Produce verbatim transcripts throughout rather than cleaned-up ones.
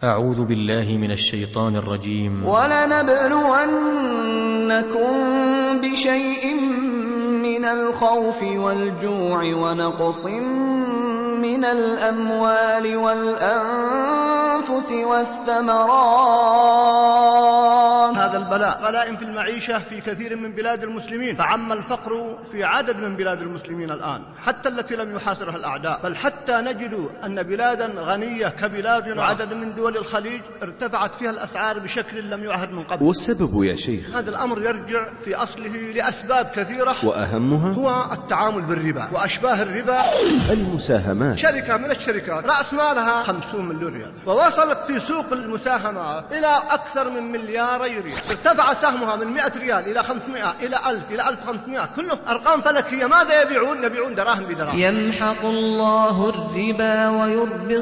أعوذ بالله من الشيطان الرجيم. ولنبلونكم بشيء من الخوف والجوع ونقص من الأموال والأنفس والثمرات. هذا البلاء غلاء في المعيشة في كثير من بلاد المسلمين، فعم الفقر في عدد من بلاد المسلمين الآن، حتى التي لم يحاصرها الأعداء، بل حتى نجد أن بلادا غنية كبلادنا وعدد من دول الخليج ارتفعت فيها الأسعار بشكل لم يعهد من قبل. والسبب يا شيخ؟ هذا الأمر يرجع في أصله لأسباب كثيرة، وأهمها هو التعامل بالربا وأشباه الربا. المساهمات، شركة من الشركات رأس مالها خمسون مليون ريال، ووصلت في سوق المساهمات إلى أكثر من ملياري ريال، ارتفع سهمها من مئة ريال إلى خمسمائة إلى ألف إلى ألف وخمسمائة، كله أرقام فلكية. ماذا يبيعون؟ يبيعون دراهم بدراهم. يمحق الله الربا ويربي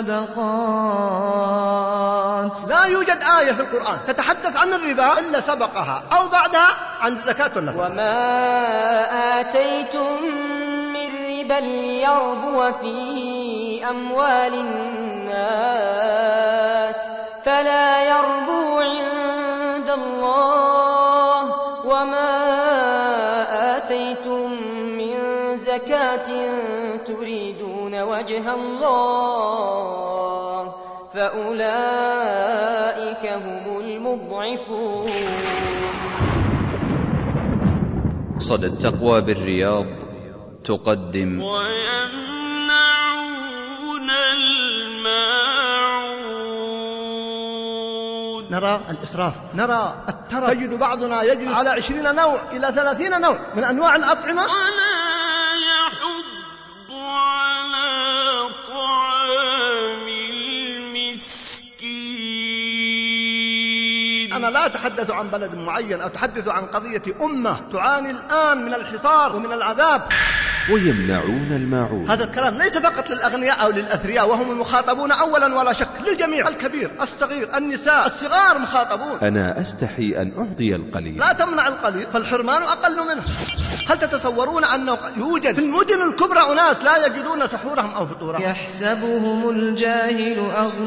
الصدقات. لا يوجد آية في القرآن تتحدث عن الربا إلا سبقها أو بعدها عن الزكاة والنفقة. وما آتيتم من ربا ليربو في أموال الناس فلا يربو عند الله، وما آتيتم من زكاة تريدون وجه الله فأولئك هم المضعفون. صدى التقوى بالرياض تقدم ويمنعون الماعون. نرى الإسراف، نرى الترف، تجد بعضنا يجلس على عشرين نوع إلى ثلاثين نوع من أنواع الأطعمة. ولا يحض على طعام المسكين. أنا لا أتحدث عن بلد معين، أتحدث عن قضية أمة تعاني الآن من الحصار ومن العذاب. ويمنعون الماعون. هذا الكلام ليس فقط للأغنياء أو للأثرياء، وهم المخاطبون أولا ولا شك، للجميع، الكبير الصغير النساء الصغار مخاطبون. أنا أستحي أن أعطي القليل. لا تمنع القليل فالحرمان أقل منه. هل تتصورون أنه يوجد في المدن الكبرى أناس لا يجدون سحورهم أو فطورهم؟ يحسبهم الجاهل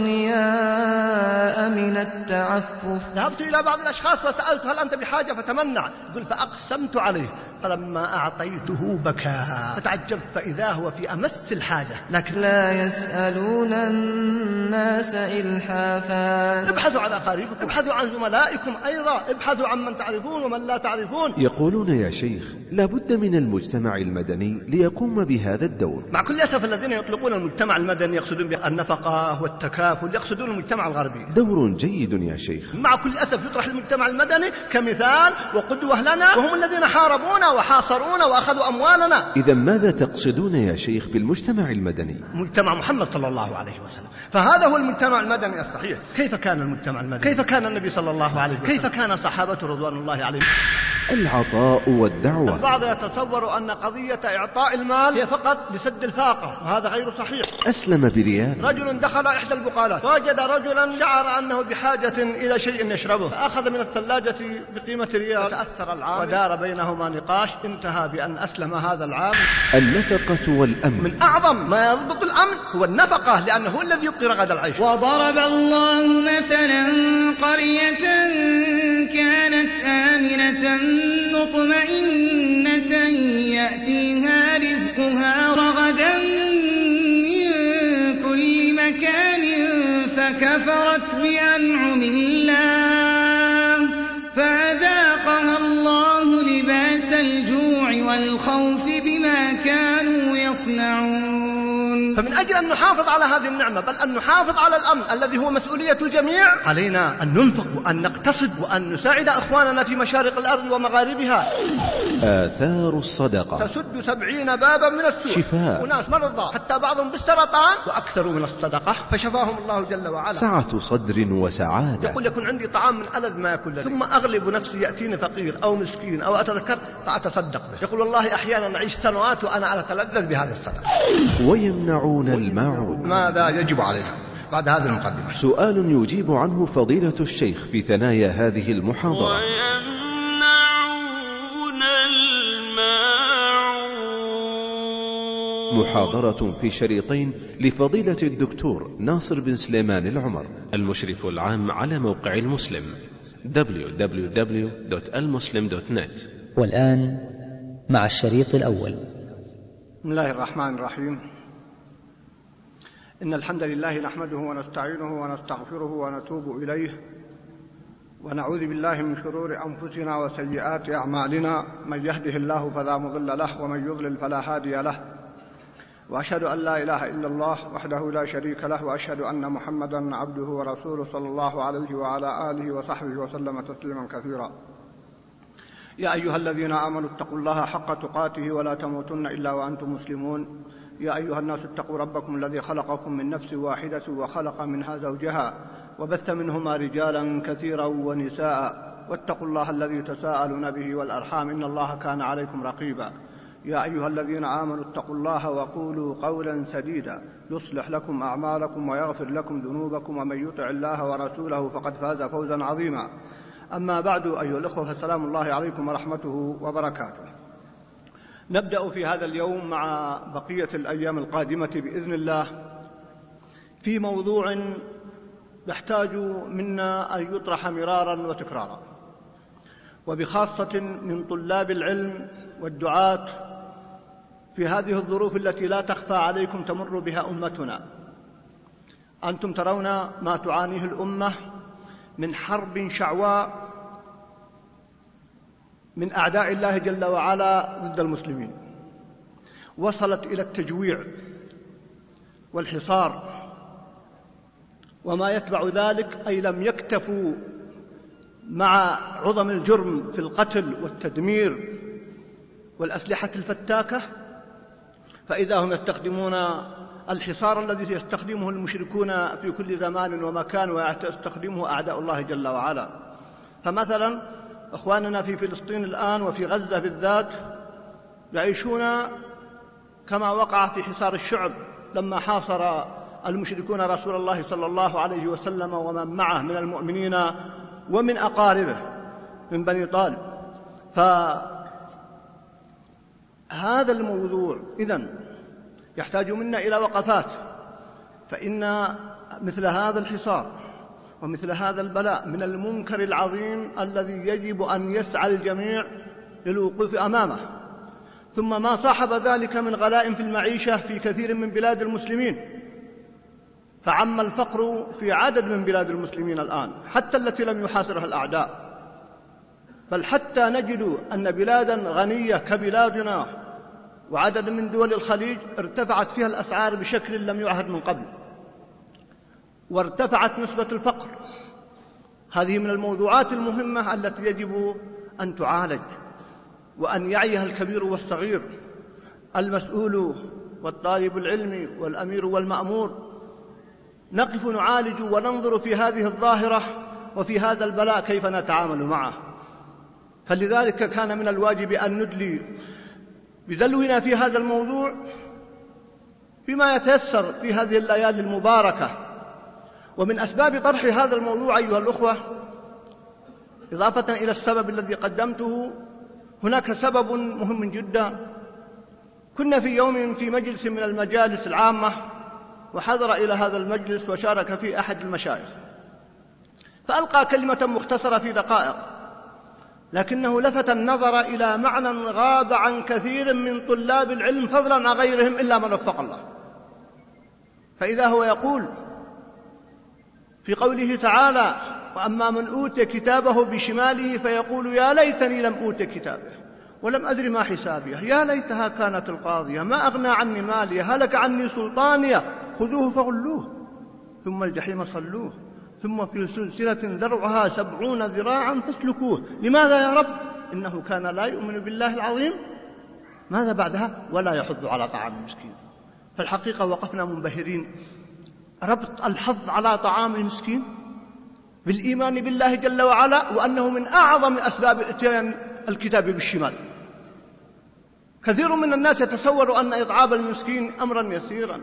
أغنياء من التعفف. ذهبت إلى بعض الأشخاص وسألت هل أنت بحاجة فتمنع، يقول فأقسمت عليه فلما أعطيته بكى، فتعجبت فإذا هو في أمس الحاجة. لكن لا يسألون الناس إلحافا. ابحثوا عن أقاربكم، ابحثوا عن زملائكم أيضا، ابحثوا عن من تعرفون ومن لا تعرفون. يقولون يا شيخ لابد من المجتمع المدني ليقوم بهذا الدور. مع كل أسف الذين يطلقون المجتمع المدني يقصدون النفقة والتكافل، يقصدون المجتمع الغربي. دور جيد يا شيخ. مع كل أسف يطرح المجتمع المدني كمثال وقدوة لنا، وهم الذين حاربونا وحاصرونا وأخذوا أموالنا. إذا ماذا تقصدون يا شيخ بالمجتمع المدني؟ مجتمع محمد صلى الله عليه وسلم، فهذا هو المجتمع المدني الصحيح. كيف كان المجتمع المدني؟ كيف كان النبي صلى الله عليه وسلم؟ كيف كان صحابته رضوان الله عليهم؟ العطاء والدعوة. البعض يتصور أن قضية إعطاء المال هي فقط لسد الفاقة، وهذا غير صحيح. أسلم بريال. رجل دخل إحدى البقالات فوجد رجلا شعر أنه بحاجة إلى شيء يشربه، فأخذ من الثلاجة بقيمة ريال، تأثر العامل ودار بينهما نقاش، انتهى بأن أسلم هذا العامل. النفقة والأمن. من أعظم ما يضبط الأمن هو النفقة، لأنه هو الذي يبقي رغد العيش. وضرب الله مثلا قرية كانت آمنة مطمئنة يأتيها رزقها رغدا من كل مكان فكفرت بأنعم الله فأذاقها الله لباس الجوع والخوف بما كانوا يصنعون. فمن أجل أن نحافظ على هذه النعمة، بل أن نحافظ على الأمن الذي هو مسؤولية الجميع، علينا أن ننفق وأن نقتصد وأن نساعد أخواننا في مشارق الأرض ومغاربها. آثار الصدقة. تسد سبعين بابا من السوء. شفاء. وناس مرضى حتى بعضهم بالسرطان وأكثروا من الصدقة فشفاهم الله جل وعلا. سعة صدر وسعادة. يقول يكون عندي طعام من ألذ ما يكون لدي، ثم أغلب نفسي يأتيني فقير أو مسكين أو أتذكر فأتصدق به. يقول والله أحيانا نعيش سنوات وأنا أتلذذ بهذه الصدقة. ويمنعون الماعون. ماذا يجب علينا بعد هذه المقدمة؟ سؤال يجيب عنه فضيلة الشيخ في ثنايا هذه المحاضرة. ويمنعون الماعون. محاضرة في شريطين لفضيلة الدكتور ناصر بن سليمان العمر، المشرف العام على موقع المسلم دبليو دبليو دبليو دوت المسلم دوت نت. والآن مع الشريط الأول. بسم الله الرحمن الرحيم. إن الحمد لله نحمده ونستعينه ونستغفره ونتوب إليه، ونعوذ بالله من شرور أنفسنا وسيئات أعمالنا، من يهده الله فلا مضل له ومن يضلل فلا هادي له، وأشهد أن لا إله إلا الله وحده لا شريك له، وأشهد أن محمدا عبده ورسوله صلى الله عليه وعلى آله وصحبه وسلم تسليما كثيرا. يا أيها الذين آمنوا اتقوا الله حق تقاته ولا تموتن إلا وأنتم مسلمون. يا أيها الناس اتقوا ربكم الذي خلقكم من نفس واحدة وخلق منها زوجها وبث منهما رجالا كثيرا ونساء، واتقوا الله الذي تساءلون به والأرحام إن الله كان عليكم رقيبا. يا أيها الذين آمنوا اتقوا الله وقولوا قولا سديدا يصلح لكم أعمالكم ويغفر لكم ذنوبكم، ومن يطع الله ورسوله فقد فاز فوزا عظيما. أما بعد، أيها الأخوة، فالسلام الله عليكم ورحمته وبركاته. نبدأ في هذا اليوم مع بقية الأيام القادمة بإذن الله في موضوع يحتاج منا أن يطرح مرارا وتكرارا، وبخاصة من طلاب العلم والدعاة في هذه الظروف التي لا تخفى عليكم تمر بها أمتنا. أنتم ترون ما تعانيه الأمة من حرب شعواء من أعداء الله جل وعلا ضد المسلمين، وصلت إلى التجويع والحصار وما يتبع ذلك، أي لم يكتفوا مع عظم الجرم في القتل والتدمير والأسلحة الفتاكة، فإذا هم يستخدمون الحصار الذي يستخدمه المشركون في كل زمان ومكان ويستخدمه أعداء الله جل وعلا. فمثلا إخواننا في فلسطين الآن وفي غزة بالذات يعيشون كما وقع في حصار الشعب لما حاصر المشركون رسول الله صلى الله عليه وسلم ومن معه من المؤمنين ومن أقاربه من بني طالب. فهذا الموضوع إذن يحتاج منا إلى وقفات، فإن مثل هذا الحصار ومثل هذا البلاء من المنكر العظيم الذي يجب أن يسعى الجميع للوقوف أمامه، ثم ما صاحب ذلك من غلاء في المعيشة في كثير من بلاد المسلمين، فعم الفقر في عدد من بلاد المسلمين الآن حتى التي لم يحاصرها الأعداء، بل حتى نجد أن بلادا غنية كبلادنا وعدد من دول الخليج ارتفعت فيها الأسعار بشكل لم يعهد من قبل، وارتفعت نسبة الفقر. هذه من الموضوعات المهمة التي يجب أن تعالج وأن يعيها الكبير والصغير، المسؤول والطالب العلمي والأمير والمأمور. نقف نعالج وننظر في هذه الظاهرة وفي هذا البلاء كيف نتعامل معه. فلذلك كان من الواجب أن ندلي بدلونا في هذا الموضوع بما يتيسر في هذه الليالي المباركة. ومن أسباب طرح هذا الموضوع أيها الأخوة، إضافة إلى السبب الذي قدمته، هناك سبب مهم جدا. كنا في يوم في مجلس من المجالس العامة، وحضر إلى هذا المجلس وشارك فيه أحد المشايخ، فألقى كلمة مختصرة في دقائق، لكنه لفت النظر إلى معنى غاب عن كثير من طلاب العلم فضلا عن غيرهم إلا من وفق الله. فإذا هو يقول في قوله تعالى: وأما من أوتي كتابه بشماله فيقول يا ليتني لم أوت كتابه ولم أدر ما حسابيه، يا ليتها كانت القاضية ما أغنى عني ماليه هلك عني سلطانيه خذوه فغلوه ثم الجحيم صلوه ثم في سلسلة ذرعها سبعون ذراعا فاسلكوه. لماذا يا رب؟ إنه كان لا يؤمن بالله العظيم. ماذا بعدها؟ ولا يحض على طعام المسكين. فالحقيقة وقفنا منبهرين. ربط الحض على طعام المسكين بالإيمان بالله جل وعلا، وأنه من أعظم أسباب إتيان الكتاب بالشمال. كثير من الناس يتصور أن إطعام المسكين أمرا يسيرا،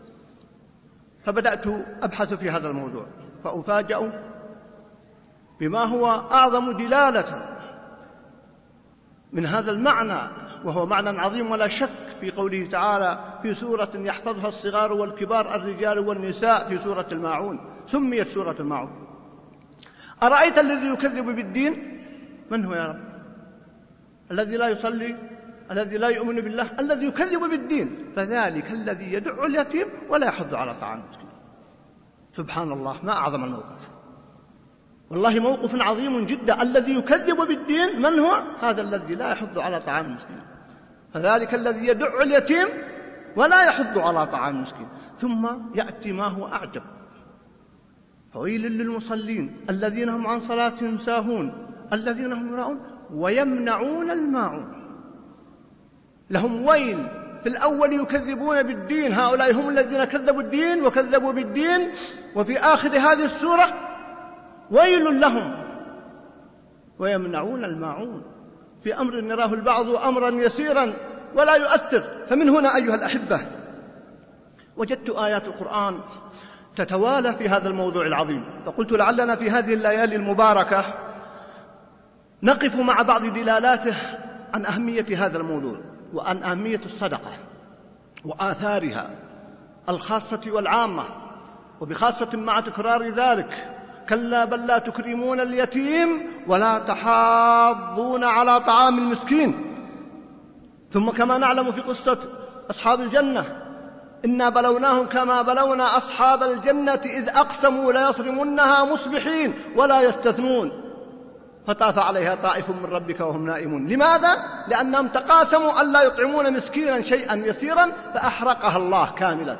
فبدأت أبحث في هذا الموضوع فأفاجأ بما هو أعظم دلالة من هذا المعنى، وهو معنى عظيم ولا شك في قوله تعالى في سورة يحفظها الصغار والكبار الرجال والنساء في سورة الماعون، سميت سورة الماعون. أرأيت الذي يكذب بالدين؟ من هو يا رب؟ الذي لا يصلي، الذي لا يؤمن بالله، الذي يكذب بالدين. فذلك الذي يدع اليتيم ولا يحض على طعام المسكين. سبحان الله، ما أعظم الموقف، والله موقف عظيم جدا. الذي يكذب بالدين من هو؟ هذا الذي لا يحض على طعام المسكين. فذلك الذي يدع اليتيم ولا يحض على طعام المسكين. ثم يأتي ما هو أعجب: فويل للمصلين الذين هم عن صلاتهم ساهون الذين هم يراءون ويمنعون الماعون. لهم ويل. في الأول يكذبون بالدين، هؤلاء هم الذين كذبوا الدين وكذبوا بالدين، وفي آخر هذه السورة ويل لهم. ويمنعون الماعون في أمر يراه البعض أمرا يسيرا ولا يؤثر. فمن هنا أيها الأحبة وجدت آيات القرآن تتوالى في هذا الموضوع العظيم، فقلت لعلنا في هذه الليالي المباركة نقف مع بعض دلالاته عن أهمية هذا الموضوع وعن أهمية الصدقة وآثارها الخاصة والعامة، وبخاصة مع تكرار ذلك: كلا بل لا تكرمون اليتيم ولا تحاضون على طعام المسكين. ثم كما نعلم في قصة أصحاب الجنة: إنا بلوناهم كما بلونا أصحاب الجنة إذ أقسموا ليصرمنها مصبحين ولا يستثنون فطاف عليها طائف من ربك وهم نائمون. لماذا؟ لأنهم تقاسموا أن لا يطعمون مسكينا شيئا يسيرا فأحرقها الله كاملة.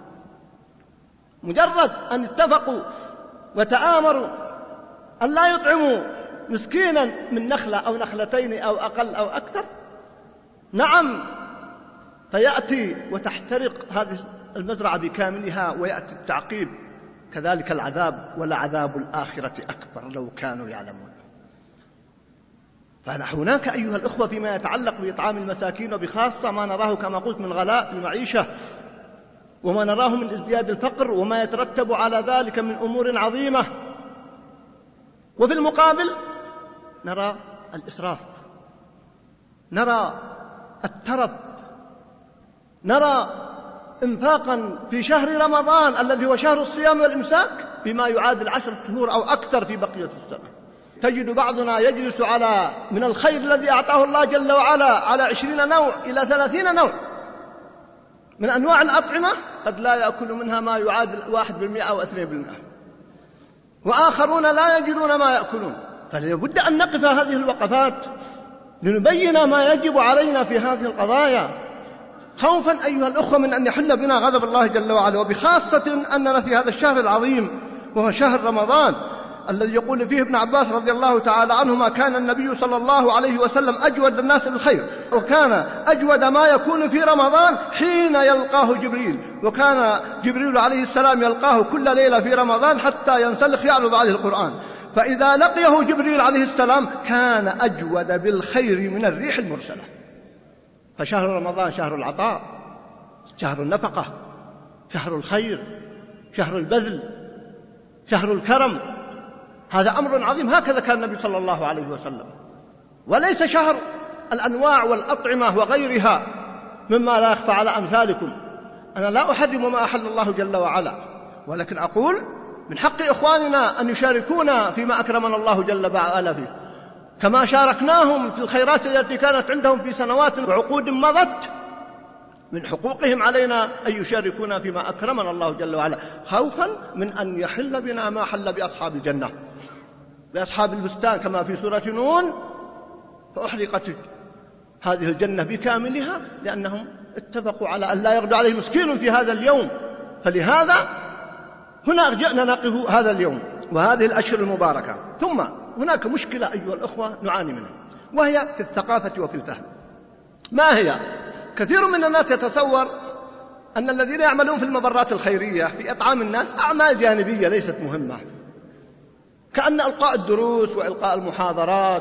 مجرد أن اتفقوا وتآمروا أن لا يطعموا مسكينا من نخلة أو نخلتين أو أقل أو أكثر، نعم، فيأتي وتحترق هذه المزرعة بكاملها ويأتي التعقيب. كذلك العذاب، ولعذاب الآخرة أكبر لو كانوا يعلمون. فهناك أيها الأخوة فيما يتعلق بإطعام المساكين، وبخاصة ما نراه كما قلت من غلاء في المعيشة، وما نراه من ازدياد الفقر وما يترتب على ذلك من أمور عظيمة. وفي المقابل نرى الإسراف، نرى الترف، نرى إنفاقا في شهر رمضان الذي هو شهر الصيام والإمساك بما يعادل عشرة شهور أو أكثر في بقية السنة. تجد بعضنا يجلس على من الخير الذي أعطاه الله جل وعلا على عشرين نوع إلى ثلاثين نوع من أنواع الأطعمة، قد لا يأكل منها ما يعادل واحد بالمئة أو اثنين بالمئة، وآخرون لا يجدون ما يأكلون. فلابد أن نقف هذه الوقفات لنبين ما يجب علينا في هذه القضايا، خوفا أيها الأخوة من أن يحل بنا غضب الله جل وعلا، وبخاصة أننا في هذا الشهر العظيم وهو شهر رمضان الذي يقول فيه ابن عباس رضي الله تعالى عنهما: كان النبي صلى الله عليه وسلم أجود الناس بالخير، وكان أجود ما يكون في رمضان حين يلقاه جبريل، وكان جبريل عليه السلام يلقاه كل ليلة في رمضان حتى ينسلخ يعرض عليه القرآن، فإذا لقيه جبريل عليه السلام كان أجود بالخير من الريح المرسلة. فشهر رمضان شهر العطاء، شهر النفقة، شهر الخير، شهر البذل، شهر الكرم. هذا أمر عظيم، هكذا كان النبي صلى الله عليه وسلم، وليس شهر الأنواع والأطعمة وغيرها مما لا يخفى على أمثالكم. أنا لا أحرم ما أحل الله جل وعلا، ولكن أقول من حق إخواننا أن يشاركونا فيما أكرمنا الله جل وعلا فيه، كما شاركناهم في الخيرات التي كانت عندهم في سنوات وعقود مضت. من حقوقهم علينا أن يشاركونا فيما أكرمنا الله جل وعلا، خوفا من أن يحل بنا ما حل بأصحاب الجنة، بأصحاب البستان كما في سورة نون: فأحرقت هذه الجنة بكاملها لأنهم اتفقوا على أن لا يغدو عليه مسكين في هذا اليوم. فلهذا هنا أرجعنا نقف هذا اليوم وهذه الأشهر المباركة. ثم هناك مشكلة أيها الأخوة نعاني منها، وهي في الثقافة وفي الفهم. ما هي؟ كثير من الناس يتصور أن الذين يعملون في المبرات الخيرية في إطعام الناس أعمال جانبية ليست مهمة، كأن إلقاء الدروس وإلقاء المحاضرات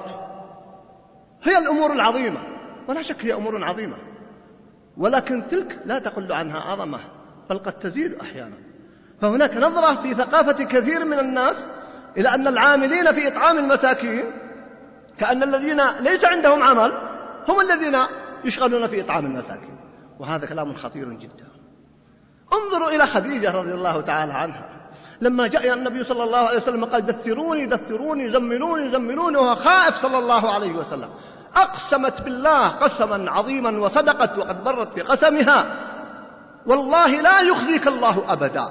هي الأمور العظيمة، ولا شك هي أمور عظيمة، ولكن تلك لا تقل عنها عظمة، بل قد تزيد أحيانا. فهناك نظرة في ثقافة كثير من الناس إلى أن العاملين في إطعام المساكين كأن الذين ليس عندهم عمل هم الذين يشغلون في إطعام المساكين، وهذا كلام خطير جدا. انظروا إلى خديجة رضي الله تعالى عنها لما جاء النبي صلى الله عليه وسلم قال دثروني دثروني زملوني زملوني، وهو خائف صلى الله عليه وسلم، أقسمت بالله قسما عظيما وصدقت وقد برت في قسمها، والله لا يخزيك الله أبدا.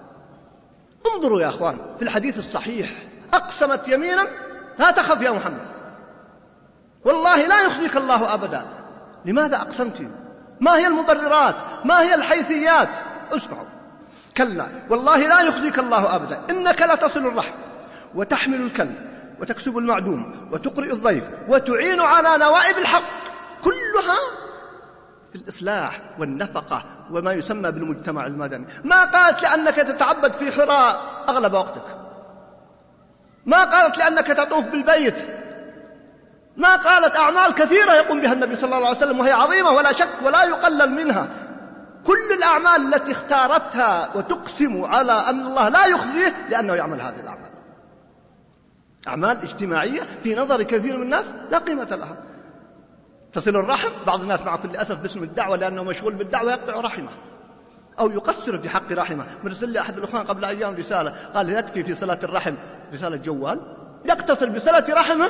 انظروا يا أخوان في الحديث الصحيح، أقسمت يمينا لا تخف يا محمد، والله لا يخزيك الله أبدا. لماذا أقسمت؟ ما هي المبررات؟ ما هي الحيثيات؟ اسمعوا. كلا والله لا يخزيك الله أبدا، إنك لتصل الرحم وتحمل الكلب وتكسب المعدوم وتقرئ الضيف وتعين على نوائب الحق، كلها في الإصلاح والنفقة وما يسمى بالمجتمع المدني. ما قالت لأنك تتعبد في حراء أغلب وقتك، ما قالت لأنك تطوف بالبيت، ما قالت أعمال كثيرة يقوم بها النبي صلى الله عليه وسلم وهي عظيمة ولا شك ولا يقلل منها. كل الأعمال التي اختارتها وتقسم على أن الله لا يخزيه لأنه يعمل هذه الأعمال، أعمال اجتماعية في نظر كثير من الناس لا قيمة لها. تصل الرحم، بعض الناس مع كل أسف باسم الدعوة لأنه مشغول بالدعوة يقطع رحمه أو يقصر في حق رحمه. مرسل لي أحد الأخوان قبل أيام رسالة قال يكفي في صلاة الرحم رسالة جوال، يقتصر بصلة رحمه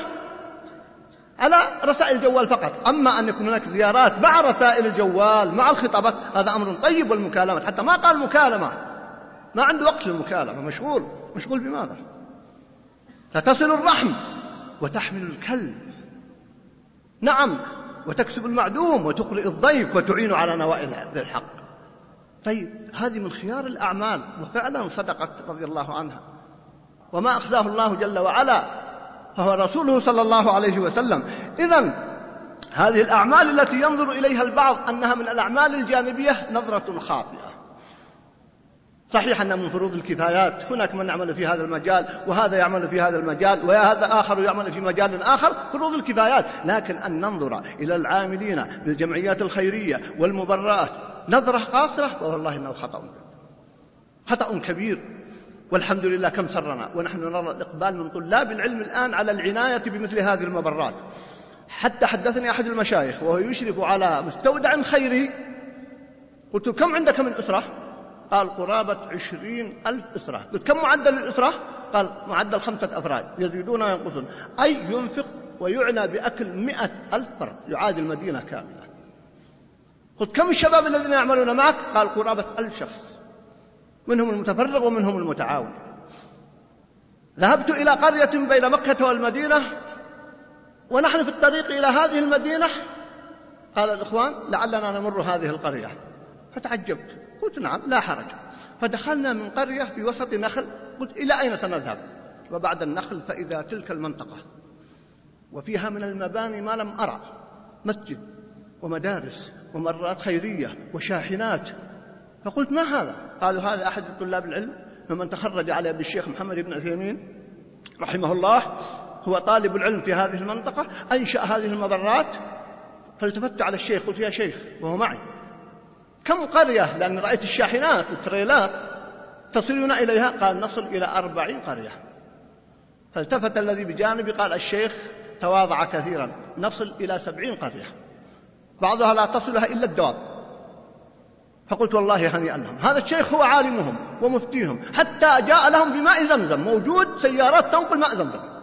على رسائل الجوال فقط. أما أن يكون هناك زيارات مع رسائل الجوال مع الخطابات هذا أمر طيب، والمكالمات حتى ما قال مكالمة، ما عنده وقت للمكالمة، مشغول. مشغول بماذا؟ فتصل الرحم وتحمل الكلب، نعم، وتكسب المعدوم وتقرئ الضيف وتعين على نوائب الحق. طيب هذه من خيار الأعمال، وفعلا صدقت رضي الله عنها، وما أخزاه الله جل وعلا فهو رسوله صلى الله عليه وسلم. إذن هذه الأعمال التي ينظر إليها البعض أنها من الأعمال الجانبية نظرة خاطئة. صحيح أن من فروض الكفايات، هناك من يعمل في هذا المجال وهذا يعمل في هذا المجال وهذا آخر يعمل في مجال آخر، فروض الكفايات. لكن أن ننظر إلى العاملين بالجمعيات الخيرية والمبررات نظرة قاصرة والله إنه خطأ خطأ كبير. والحمد لله كم سرنا ونحن نرى الإقبال من طلاب العلم الآن على العناية بمثل هذه المبرات. حتى حدثني أحد المشايخ وهو يشرف على مستودع خيري، قلت كم عندك من أسرة؟ قال قرابة عشرين ألف أسرة. قلت كم معدل الأسرة؟ قال معدل خمسة أفراد يزيدون وينقصون، أي ينفق ويعنى بأكل مئة ألف فرد يعادل مدينة كاملة. قلت كم الشباب الذين يعملون معك؟ قال قرابة ألف شخص، منهم المتفرغ ومنهم المتعاون. ذهبت إلى قرية بين مكة والمدينة ونحن في الطريق إلى هذه المدينة قال الإخوان لعلنا نمر هذه القرية، فتعجبت قلت نعم لا حرج. فدخلنا من قرية في وسط نخل، قلت إلى أين سنذهب؟ وبعد النخل فإذا تلك المنطقة وفيها من المباني ما لم أرى، مسجد ومدارس وممرات خيرية وشاحنات. فقلت ما هذا؟ قالوا هذا أحد طلاب العلم ممن تخرج على يد الشيخ محمد بن عثيمين رحمه الله، هو طالب العلم في هذه المنطقة، أنشأ هذه الممرات. فالتفت على الشيخ قلت يا شيخ وهو معي كم قرية؟ لأن رأيت الشاحنات والتريلات تصلون إليها. قال نصل إلى أربعين قرية. فالتفت الذي بجانبي قال الشيخ تواضع كثيرا، نصل إلى سبعين قرية بعضها لا تصلها إلا الدواب. فقلت والله هنيئا لهم، هذا الشيخ هو عالمهم ومفتيهم، حتى جاء لهم بماء زمزم، موجود سيارات تنقل ماء زمزم.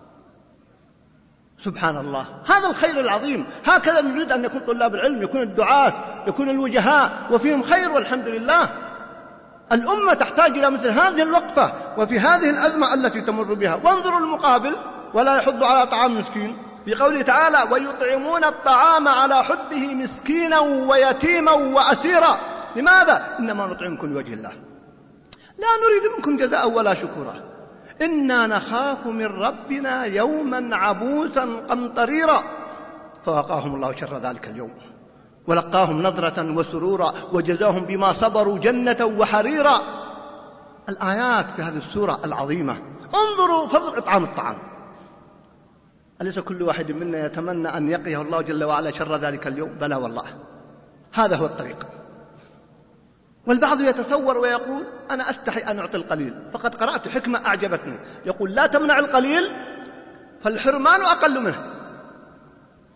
سبحان الله، هذا الخير العظيم. هكذا نريد أن يكون طلاب العلم، يكون الدعاة، يكون الوجهاء وفيهم خير والحمد لله. الأمة تحتاج إلى مثل هذه الوقفة وفي هذه الأزمة التي تمر بها. وانظروا المقابل، ولا يحض على طعام مسكين في قوله تعالى ويطعمون الطعام على حبه مسكينا ويتيما وأسيرا. لماذا؟ إنما نطعمكم لوجه الله لا نريد منكم جزاء ولا شكورا، إنا نخاف من ربنا يوما عبوسا قمطريرا. فوقاهم الله شر ذلك اليوم ولقاهم نظرة وسرورا وجزاهم بما صبروا جنة وحريرا. الآيات في هذه السورة العظيمة. انظروا فضل إطعام الطعام. أليس كل واحد منا يتمنى أن يقيه الله جل وعلا شر ذلك اليوم؟ بلى والله، هذا هو الطريق. والبعض يتصور ويقول أنا أستحي أن أعطي القليل. فقد قرأت حكمة أعجبتني، يقول لا تمنع القليل فالحرمان أقل منه.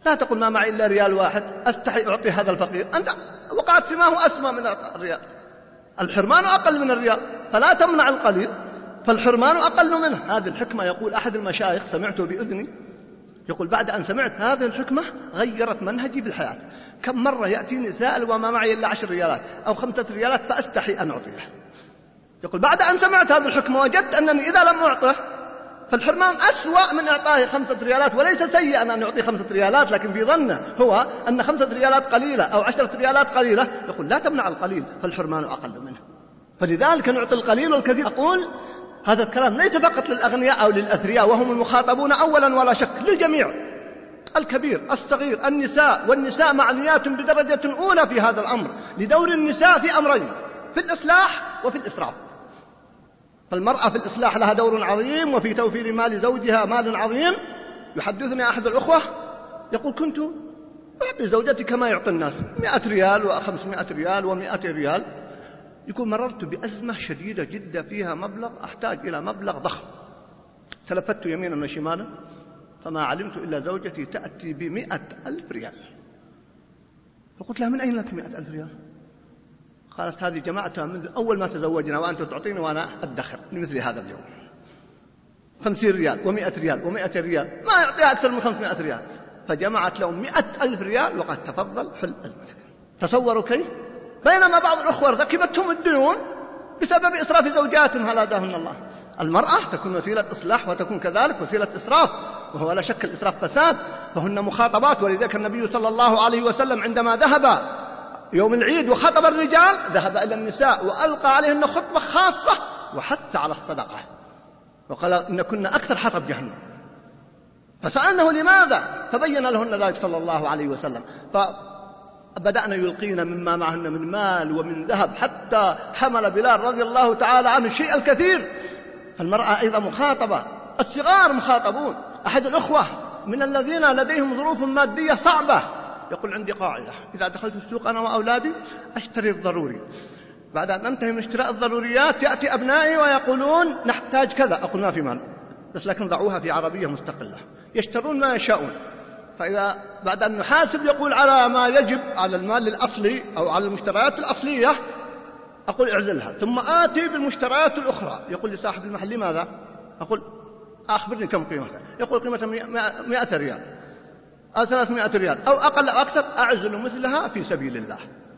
لا تقول ما معي إلا ريال واحد أستحي أعطي هذا الفقير، أنت وقعت فيما هو أسمى من الريال. الحرمان أقل من الريال، فلا تمنع القليل فالحرمان أقل منه. هذه الحكمة يقول أحد المشايخ سمعته بأذني، يقول بعد أن سمعت هذه الحكمة غيرت منهجي بالحياة. كم مرة يأتيني سائل وما معي إلا عشر ريالات أو خمسة ريالات فأستحي أن أعطيه. يقول بعد أن سمعت هذه الحكمة وجدت أنني إذا لم أعطه فالحرمان أسوأ من إعطائه خمسة ريالات، وليس سيئا أن يعطي خمسة ريالات، لكن في ظنه هو أن خمسة ريالات قليلة أو عشرة ريالات قليلة. يقول لا تمنع القليل فالحرمان أقل منه، فلذلك نعطي القليل والكثير. أقول هذا الكلام ليس فقط للأغنياء أو للأثرياء وهم المخاطبون أولا ولا شك، للجميع، الكبير الصغير النساء، والنساء معنيات بدرجة أولى في هذا الأمر، لدور النساء في أمرين، في الإصلاح وفي الإسراف. فالمرأة في الإصلاح لها دور عظيم، وفي توفير مال زوجها مال عظيم. يحدثني أحد الأخوة يقول كنت أعطي زوجتي كما يعطي الناس مئة ريال وخمسمائة ريال ومئة ريال. يقول مررت بأزمة شديدة جدا فيها مبلغ أحتاج إلى مبلغ ضخم، تلفت يمينا وشمالا فما علمت إلا زوجتي تأتي بمئة ألف ريال. فقلت لها من أين لك مئة ألف ريال؟ قالت هذه جمعتها منذ أول ما تزوجنا وأنت تعطيني وأنا أدخر لمثل هذا اليوم، خمسين ريال ومئة ريال ومئة ريال، ما يعطيها أكثر من خمسمائة ريال. فجمعت لهم مئة ألف ريال وقد تفضل حل أزمتك. تصوروا كيف؟ بينما بعض الأخوة ركبتهم الديون بسبب إسراف زوجاتهم هداهن الله. المرأة تكون وسيلة إصلاح وتكون كذلك وسيلة إسراف، وهو لا شك الإسراف فساد، فهن مخاطبات. ولذلك النبي صلى الله عليه وسلم عندما ذهب يوم العيد وخطب الرجال ذهب إلى النساء وألقى عليهن خطبة خاصة وحث على الصدقة، وقال إن كنا أكثر حطب جهنم. فسألنه لماذا؟ فبين لهن ذلك صلى الله عليه وسلم. فبدأنا يلقين مما معهن من مال ومن ذهب، حتى حمل بلال رضي الله تعالى عنه الشيء الكثير. فالمرأة أيضا مخاطبة، الصغار مخاطبون. أحد الأخوة من الذين لديهم ظروف مادية صعبة يقول عندي قاعدة، إذا دخلت السوق أنا وأولادي أشتري الضروري، بعد أن أنتهي من اشتراء الضروريات يأتي أبنائي ويقولون نحتاج كذا، أقول ما في مال، بس لكن ضعوها في عربية مستقلة، يشترون ما يشاءون. فإذا بعد أن نحاسب يقول على ما يجب على المال الأصلي أو على المشتريات الأصلية، أقول اعزلها، ثم آتي بالمشتريات الأخرى. يقول لي صاحب المحل لماذا؟ أقول أخبرني كم قيمتها. يقول قيمتها مئة ريال أو ثلاثمائة ريال أو أقل أو أكثر، أعزل مثلها في سبيل الله.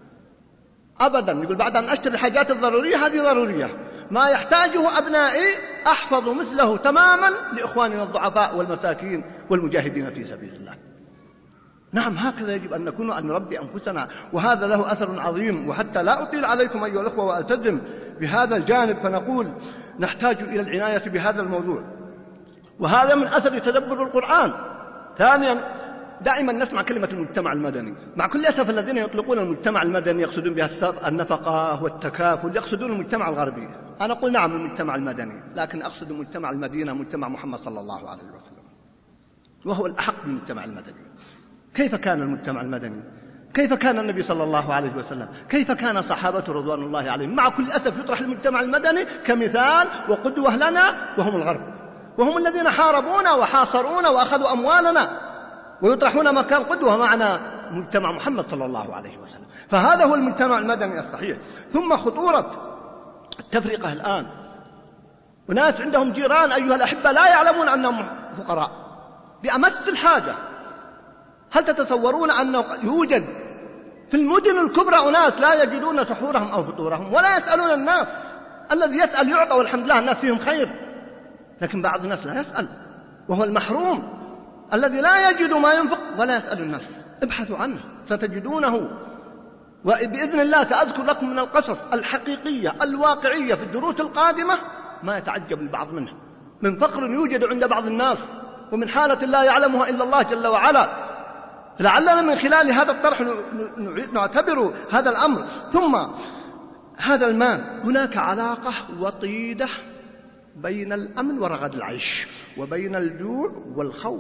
أبدا. يقول بعد أن أشتري الحاجات الضرورية هذه ضرورية، ما يحتاجه أبنائي أحفظ مثله تماما لإخواننا الضعفاء والمساكين والمجاهدين في سبيل الله. نعم، هكذا يجب أن نكون، أن نربي أنفسنا، وهذا له أثر عظيم. وحتى لا أطيل عليكم أيها الأخوة وألتزم بهذا الجانب، فنقول نحتاج إلى العناية بهذا الموضوع، وهذا من أثر تدبر القرآن. ثانيا، دائما نسمع كلمة المجتمع المدني، مع كل أسف الذين يطلقون المجتمع المدني يقصدون بها النفقة والتكافل، يقصدون المجتمع الغربي. أنا أقول نعم المجتمع المدني، لكن أقصد مجتمع المدينة، مجتمع محمد صلى الله عليه وسلم، وهو الأحق بالمجتمع المدني. كيف كان المجتمع المدني؟ كيف كان النبي صلى الله عليه وسلم؟ كيف كان صحابته رضوان الله عليهم؟ مع كل أسف يطرح المجتمع المدني كمثال وقدوة لنا، وهم الغرب، وهم الذين حاربونا وحاصرونا وأخذوا أموالنا، ويطرحون مكان قدوة معنا مجتمع محمد صلى الله عليه وسلم. فهذا هو المجتمع المدني الصحيح. ثم خطورة التفرقة الآن، وناس عندهم جيران أيها الأحبة لا يعلمون أنهم فقراء بأمس الحاجة. هل تتصورون أنه يوجد في المدن الكبرى أناس لا يجدون سحورهم أو فطورهم ولا يسألون الناس؟ الذي يسأل يعطى والحمد لله، الناس فيهم خير، لكن بعض الناس لا يسأل، وهو المحروم الذي لا يجد ما ينفق ولا يسأل الناس. ابحثوا عنه ستجدونه، وبإذن الله سأذكر لكم من القصص الحقيقية الواقعية في الدروس القادمة ما يتعجب البعض منه، من فقر يوجد عند بعض الناس، ومن حالة لا يعلمها إلا الله جل وعلا. لعلنا من خلال هذا الطرح نعتبر هذا الأمر. ثم هذا المال، هناك علاقة وطيدة بين الأمن ورغد العيش، وبين الجوع والخوف.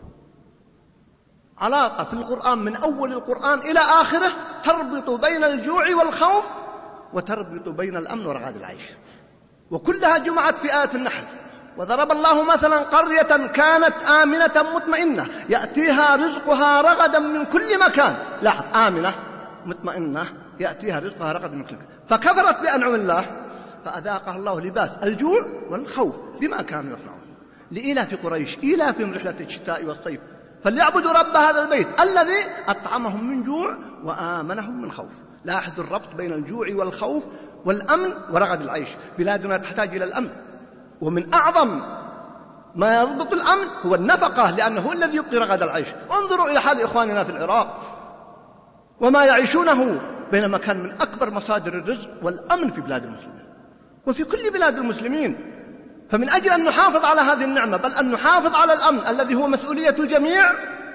علاقة في القرآن من أول القرآن إلى آخره تربط بين الجوع والخوف، وتربط بين الأمن ورغد العيش، وكلها جمعت في آية النحل. وضرب الله مثلا قرية كانت آمنة مطمئنة يأتيها رزقها رغدا من كل مكان. لاحظ، آمنة مطمئنة يأتيها رزقها رغدا من كل مكان، فكفرت بأنعم الله فأذاقها الله لباس الجوع والخوف بما كانوا يصنعون. لإيلاف قريش إيلافهم رحلة الشتاء والصيف فليعبدوا رب هذا البيت الذي أطعمهم من جوع وآمنهم من خوف. لاحظ الربط بين الجوع والخوف والأمن ورغد العيش. بلادنا تحتاج إلى الأمن، ومن أعظم ما يضبط الأمن هو النفقة، لأنه هو الذي يبقي رغد العيش. انظروا إلى حال إخواننا في العراق وما يعيشونه، بينما كان من أكبر مصادر الرزق والأمن في بلاد المسلمين وفي كل بلاد المسلمين. فمن أجل أن نحافظ على هذه النعمة، بل أن نحافظ على الأمن الذي هو مسؤولية الجميع،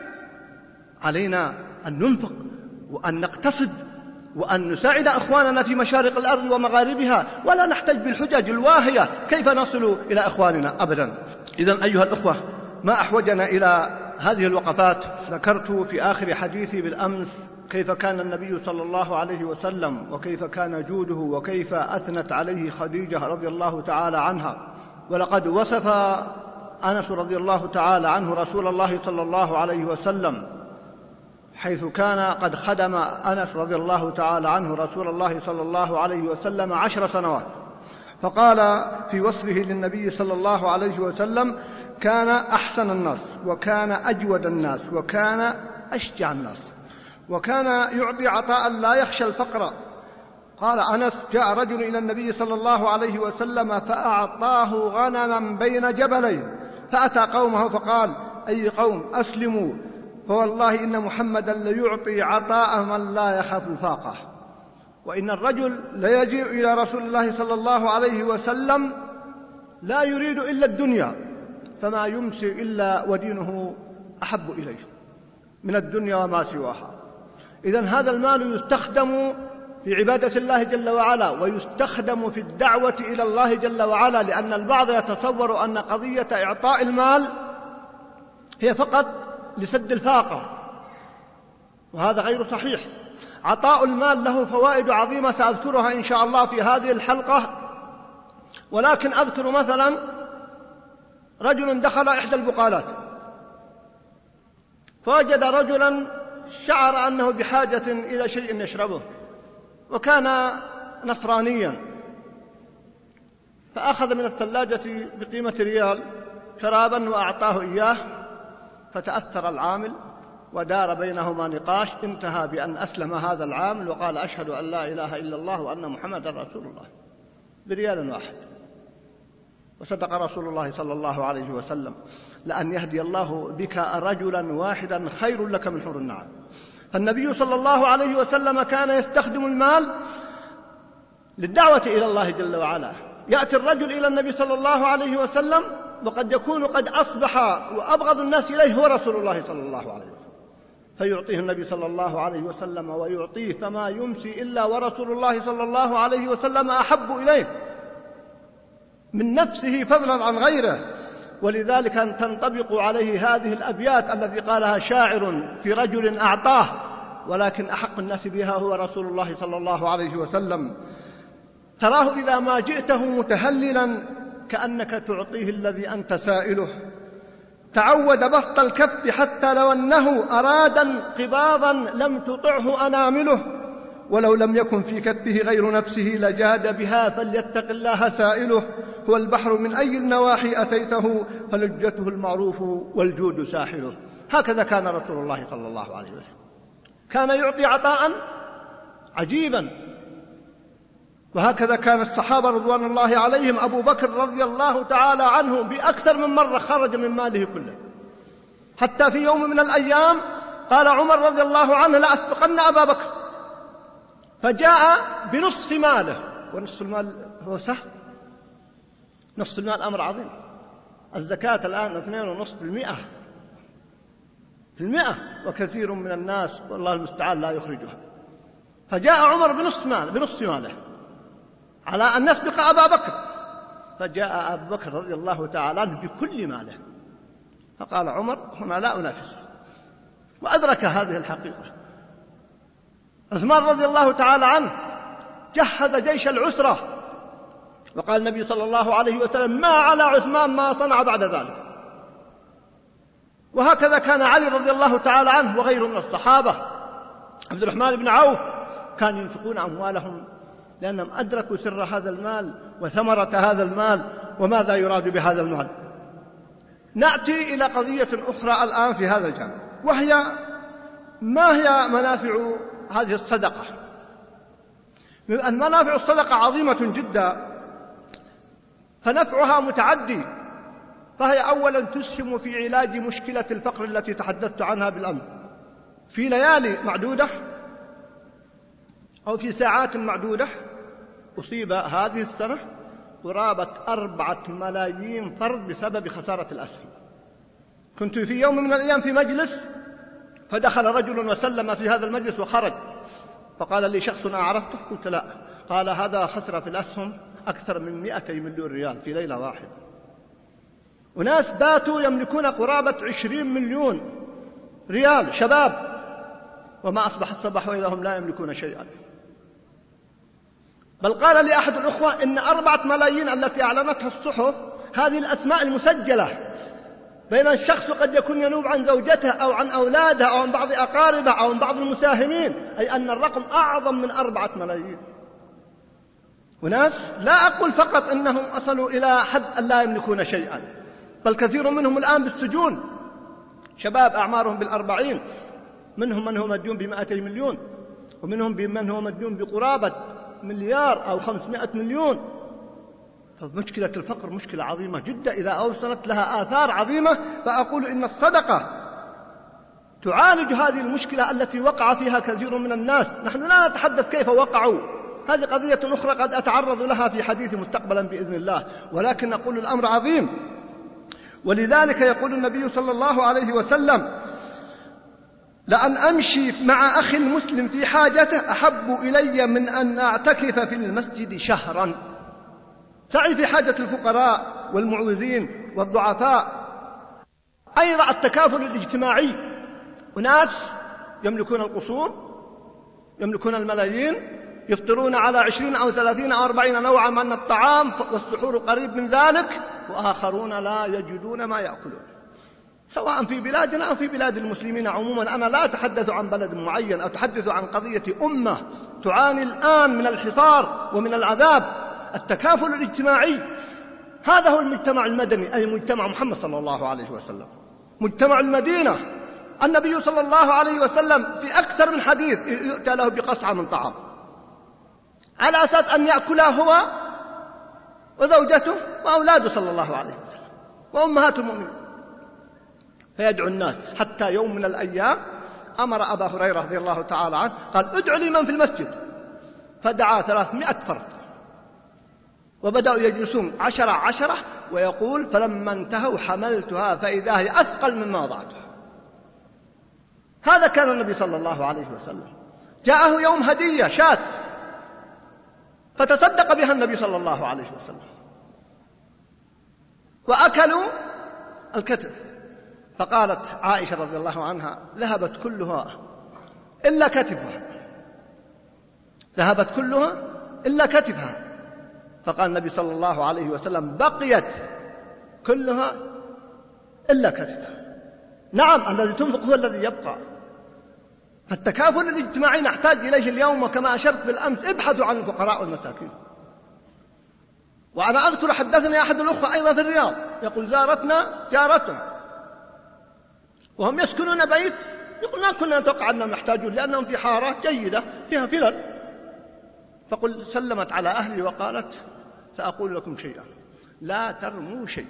علينا أن ننفق وأن نقتصد وأن نساعد أخواننا في مشارق الأرض ومغاربها، ولا نحتج بالحجج الواهية كيف نصل إلى أخواننا أبدا. إذن أيها الأخوة، ما أحوجنا إلى هذه الوقفات. ذكرت في آخر حديثي بالأمس كيف كان النبي صلى الله عليه وسلم وكيف كان جوده وكيف أثنت عليه خديجة رضي الله تعالى عنها. ولقد وصف أنس رضي الله تعالى عنه رسول الله صلى الله عليه وسلم، حيث كان قد خدم أنس رضي الله تعالى عنه رسول الله صلى الله عليه وسلم عشر سنوات، فقال في وصفه للنبي صلى الله عليه وسلم: كان أحسن الناس وكان أجود الناس وكان أشجع الناس وكان يعطي عطاء لا يخشى الفقر. قال أنس: جاء رجل إلى النبي صلى الله عليه وسلم فأعطاه غنما بين جبلين، فأتى قومه فقال: أي قوم أسلموا، فوالله إن محمدا ليعطي عطاء من لا يخاف الفاقة. وإن الرجل ليجيء إلى رسول الله صلى الله عليه وسلم لا يريد إلا الدنيا، فما يمسي إلا ودينه أحب إليه من الدنيا وما سواها. إذن هذا المال يستخدم في عبادة الله جل وعلا، ويستخدم في الدعوة إلى الله جل وعلا، لأن البعض يتصور أن قضية إعطاء المال هي فقط لسد الفاقة، وهذا غير صحيح. عطاء المال له فوائد عظيمة سأذكرها إن شاء الله في هذه الحلقة، ولكن أذكر مثلا رجل دخل إحدى البقالات فوجد رجلا شعر أنه بحاجة إلى شيء يشربه، وكان نصرانيا، فأخذ من الثلاجة بقيمة ريال شرابا وأعطاه إياه، فتأثر العامل ودار بينهما نقاش، انتهى بأن أسلم هذا العامل وقال: أشهد أن لا إله إلا الله وأن محمدا رسول الله، بريال واحد. وصدق رسول الله صلى الله عليه وسلم: لأن يهدي الله بك رجلا واحدا خير لك من حور النعم. فالنبي صلى الله عليه وسلم كان يستخدم المال للدعوة إلى الله جل وعلا. يأتي الرجل إلى النبي صلى الله عليه وسلم وقد يكون قد أصبح وأبغض الناس إليه هو رسول الله صلى الله عليه وسلم، فيعطيه النبي صلى الله عليه وسلم ويعطيه، فما يمسي إلا ورسول الله صلى الله عليه وسلم أحب إليه من نفسه فضلا عن غيره. ولذلك تنطبق عليه هذه الأبيات التي قالها شاعر في رجل أعطاه، ولكن أحق الناس بها هو رسول الله صلى الله عليه وسلم. تراه إذا ما جئته متهللا كأنك تعطيه الذي أنت سائله، تعود بسط الكف حتى لو أنه أراد انقباضا لم تطعه أنامله، ولو لم يكن في كفه غير نفسه لجاد بها، فليتق الله سائله. هو البحر من أي النواحي أتيته، فلجته المعروف والجود ساحله. هكذا كان رسول الله صلى الله عليه وسلم، كان يعطي عطاء عجيبا. وهكذا كان الصحابة رضوان الله عليهم. أبو بكر رضي الله تعالى عنه بأكثر من مرة خرج من ماله كله، حتى في يوم من الأيام قال عمر رضي الله عنه: لا أسبقن أبا بكر، فجاء بنصف ماله. ونصف المال هو سهل، نصف المال أمر عظيم. الزكاة الآن اثنين ونصف بالمئة في المئة، وكثير من الناس والله المستعان لا يخرجها. فجاء عمر بنصف ماله بنصف ماله على أن يسبق أبا بكر، فجاء أبو بكر رضي الله تعالى عنه بكل ماله، فقال عمر: هنا لا أنافسه. وأدرك هذه الحقيقة. عثمان رضي الله تعالى عنه جهز جيش العسرة وقال النبي صلى الله عليه وسلم: ما على عثمان ما صنع بعد ذلك. وهكذا كان علي رضي الله تعالى عنه وغيره من الصحابة. عبد الرحمن بن عوف كانوا ينفقون أموالهم لأنهم أدركوا سر هذا المال وثمرة هذا المال وماذا يراد بهذا المال. نأتي إلى قضية أخرى الآن في هذا الجانب، وهي ما هي منافع هذه الصدقة؟ أن منافع الصدقة عظيمة جدا، فنفعها متعدي. فهي أولا تسهم في علاج مشكلة الفقر التي تحدثت عنها بالأمس. في ليالي معدودة أو في ساعات معدودة أصيب هذه السنة قرابة أربعة ملايين فرد بسبب خسارة الأسهم. كنت في يوم من الأيام في مجلس، فدخل رجل وسلم في هذا المجلس وخرج، فقال لي شخص أعرفته؟ قلت لا. قال: هذا خسر في الأسهم أكثر من مئتي مليون ريال في ليلة واحدة. وناس باتوا يملكون قرابة عشرين مليون ريال، شباب، وما أصبح الصباح وإذا هم لا يملكون شيئا. بل قال لي أحد الأخوة إن أربعة ملايين التي أعلنتها الصحف هذه الأسماء المسجلة، بين الشخص قد يكون ينوب عن زوجته أو عن أولاده أو عن بعض أقاربه أو عن بعض المساهمين، أي أن الرقم أعظم من أربعة ملايين. وناس لا أقول فقط إنهم أصلوا إلى حد أن لا يملكون شيئا، بل كثير منهم الآن بالسجون، شباب أعمارهم بالأربعين، منهم من هو مديون بمائتي مليون، ومنهم من هو مديون بقرابة مليار أو خمسمائة مليون. فمشكلة الفقر مشكلة عظيمة جدا إذا أوصلت لها آثار عظيمة. فأقول إن الصدقة تعالج هذه المشكلة التي وقع فيها كثير من الناس. نحن لا نتحدث كيف وقعوا، هذه قضية أخرى قد أتعرض لها في حديث مستقبلا بإذن الله، ولكن نقول الأمر عظيم. ولذلك يقول النبي صلى الله عليه وسلم: لأن أمشي مع أخي المسلم في حاجته أحب إلي من أن أعتكف في المسجد شهرا. سعي في حاجة الفقراء والمعوزين والضعفاء. أيضا التكافل الاجتماعي، وناس يملكون القصور، يملكون الملايين، يفطرون على عشرين أو ثلاثين أو أربعين نوعا من الطعام والسحور قريب من ذلك، وآخرون لا يجدون ما يأكلون، سواء في بلادنا أو في بلاد المسلمين عموما. أنا لا أتحدث عن بلد معين، أتحدث عن قضية أمة تعاني الآن من الحصار ومن العذاب. التكافل الاجتماعي هذا هو المجتمع المدني، أي مجتمع محمد صلى الله عليه وسلم، مجتمع المدينة. النبي صلى الله عليه وسلم في أكثر من حديث يؤتى له بقصعة من طعام على أساس أن يأكلها هو وزوجته وأولاده صلى الله عليه وسلم وأمهات المؤمنين، فيدعو الناس. حتى يوم من الأيام أمر أبا هريرة رضي الله تعالى عنه قال: ادعوا لي من في المسجد، فدعا ثلاثمائة فرد، وبدأوا يجلسون عشرة عشرة، ويقول: فلما انتهوا حملتها فإذا هي أثقل مما وضعتها. هذا كان النبي صلى الله عليه وسلم. جاءه يوم هدية شاة، فتصدق بها النبي صلى الله عليه وسلم، وأكلوا الكتف. فقالت عائشة رضي الله عنها: ذهبت كلها إلا كتفها، ذهبت كلها إلا كتفها. فقال النبي صلى الله عليه وسلم: بقيت كلها إلا كتفها. نعم، الذي تنفق هو الذي يبقى. فالتكافل الاجتماعي نحتاج إليه اليوم، وكما أشرت بالأمس ابحثوا عن الفقراء والمساكين. وأنا أذكر حدثني أحد الأخوة أيضا في الرياض يقول: زارتنا جارتنا وهم يسكنون بيت، يقول: ما كنا نتوقع أنهم يحتاجون لأنهم في حارة جيدة فيها فلل. فقل سلمت على أهلي وقالت: سأقول لكم شيئا، لا ترموا شيء.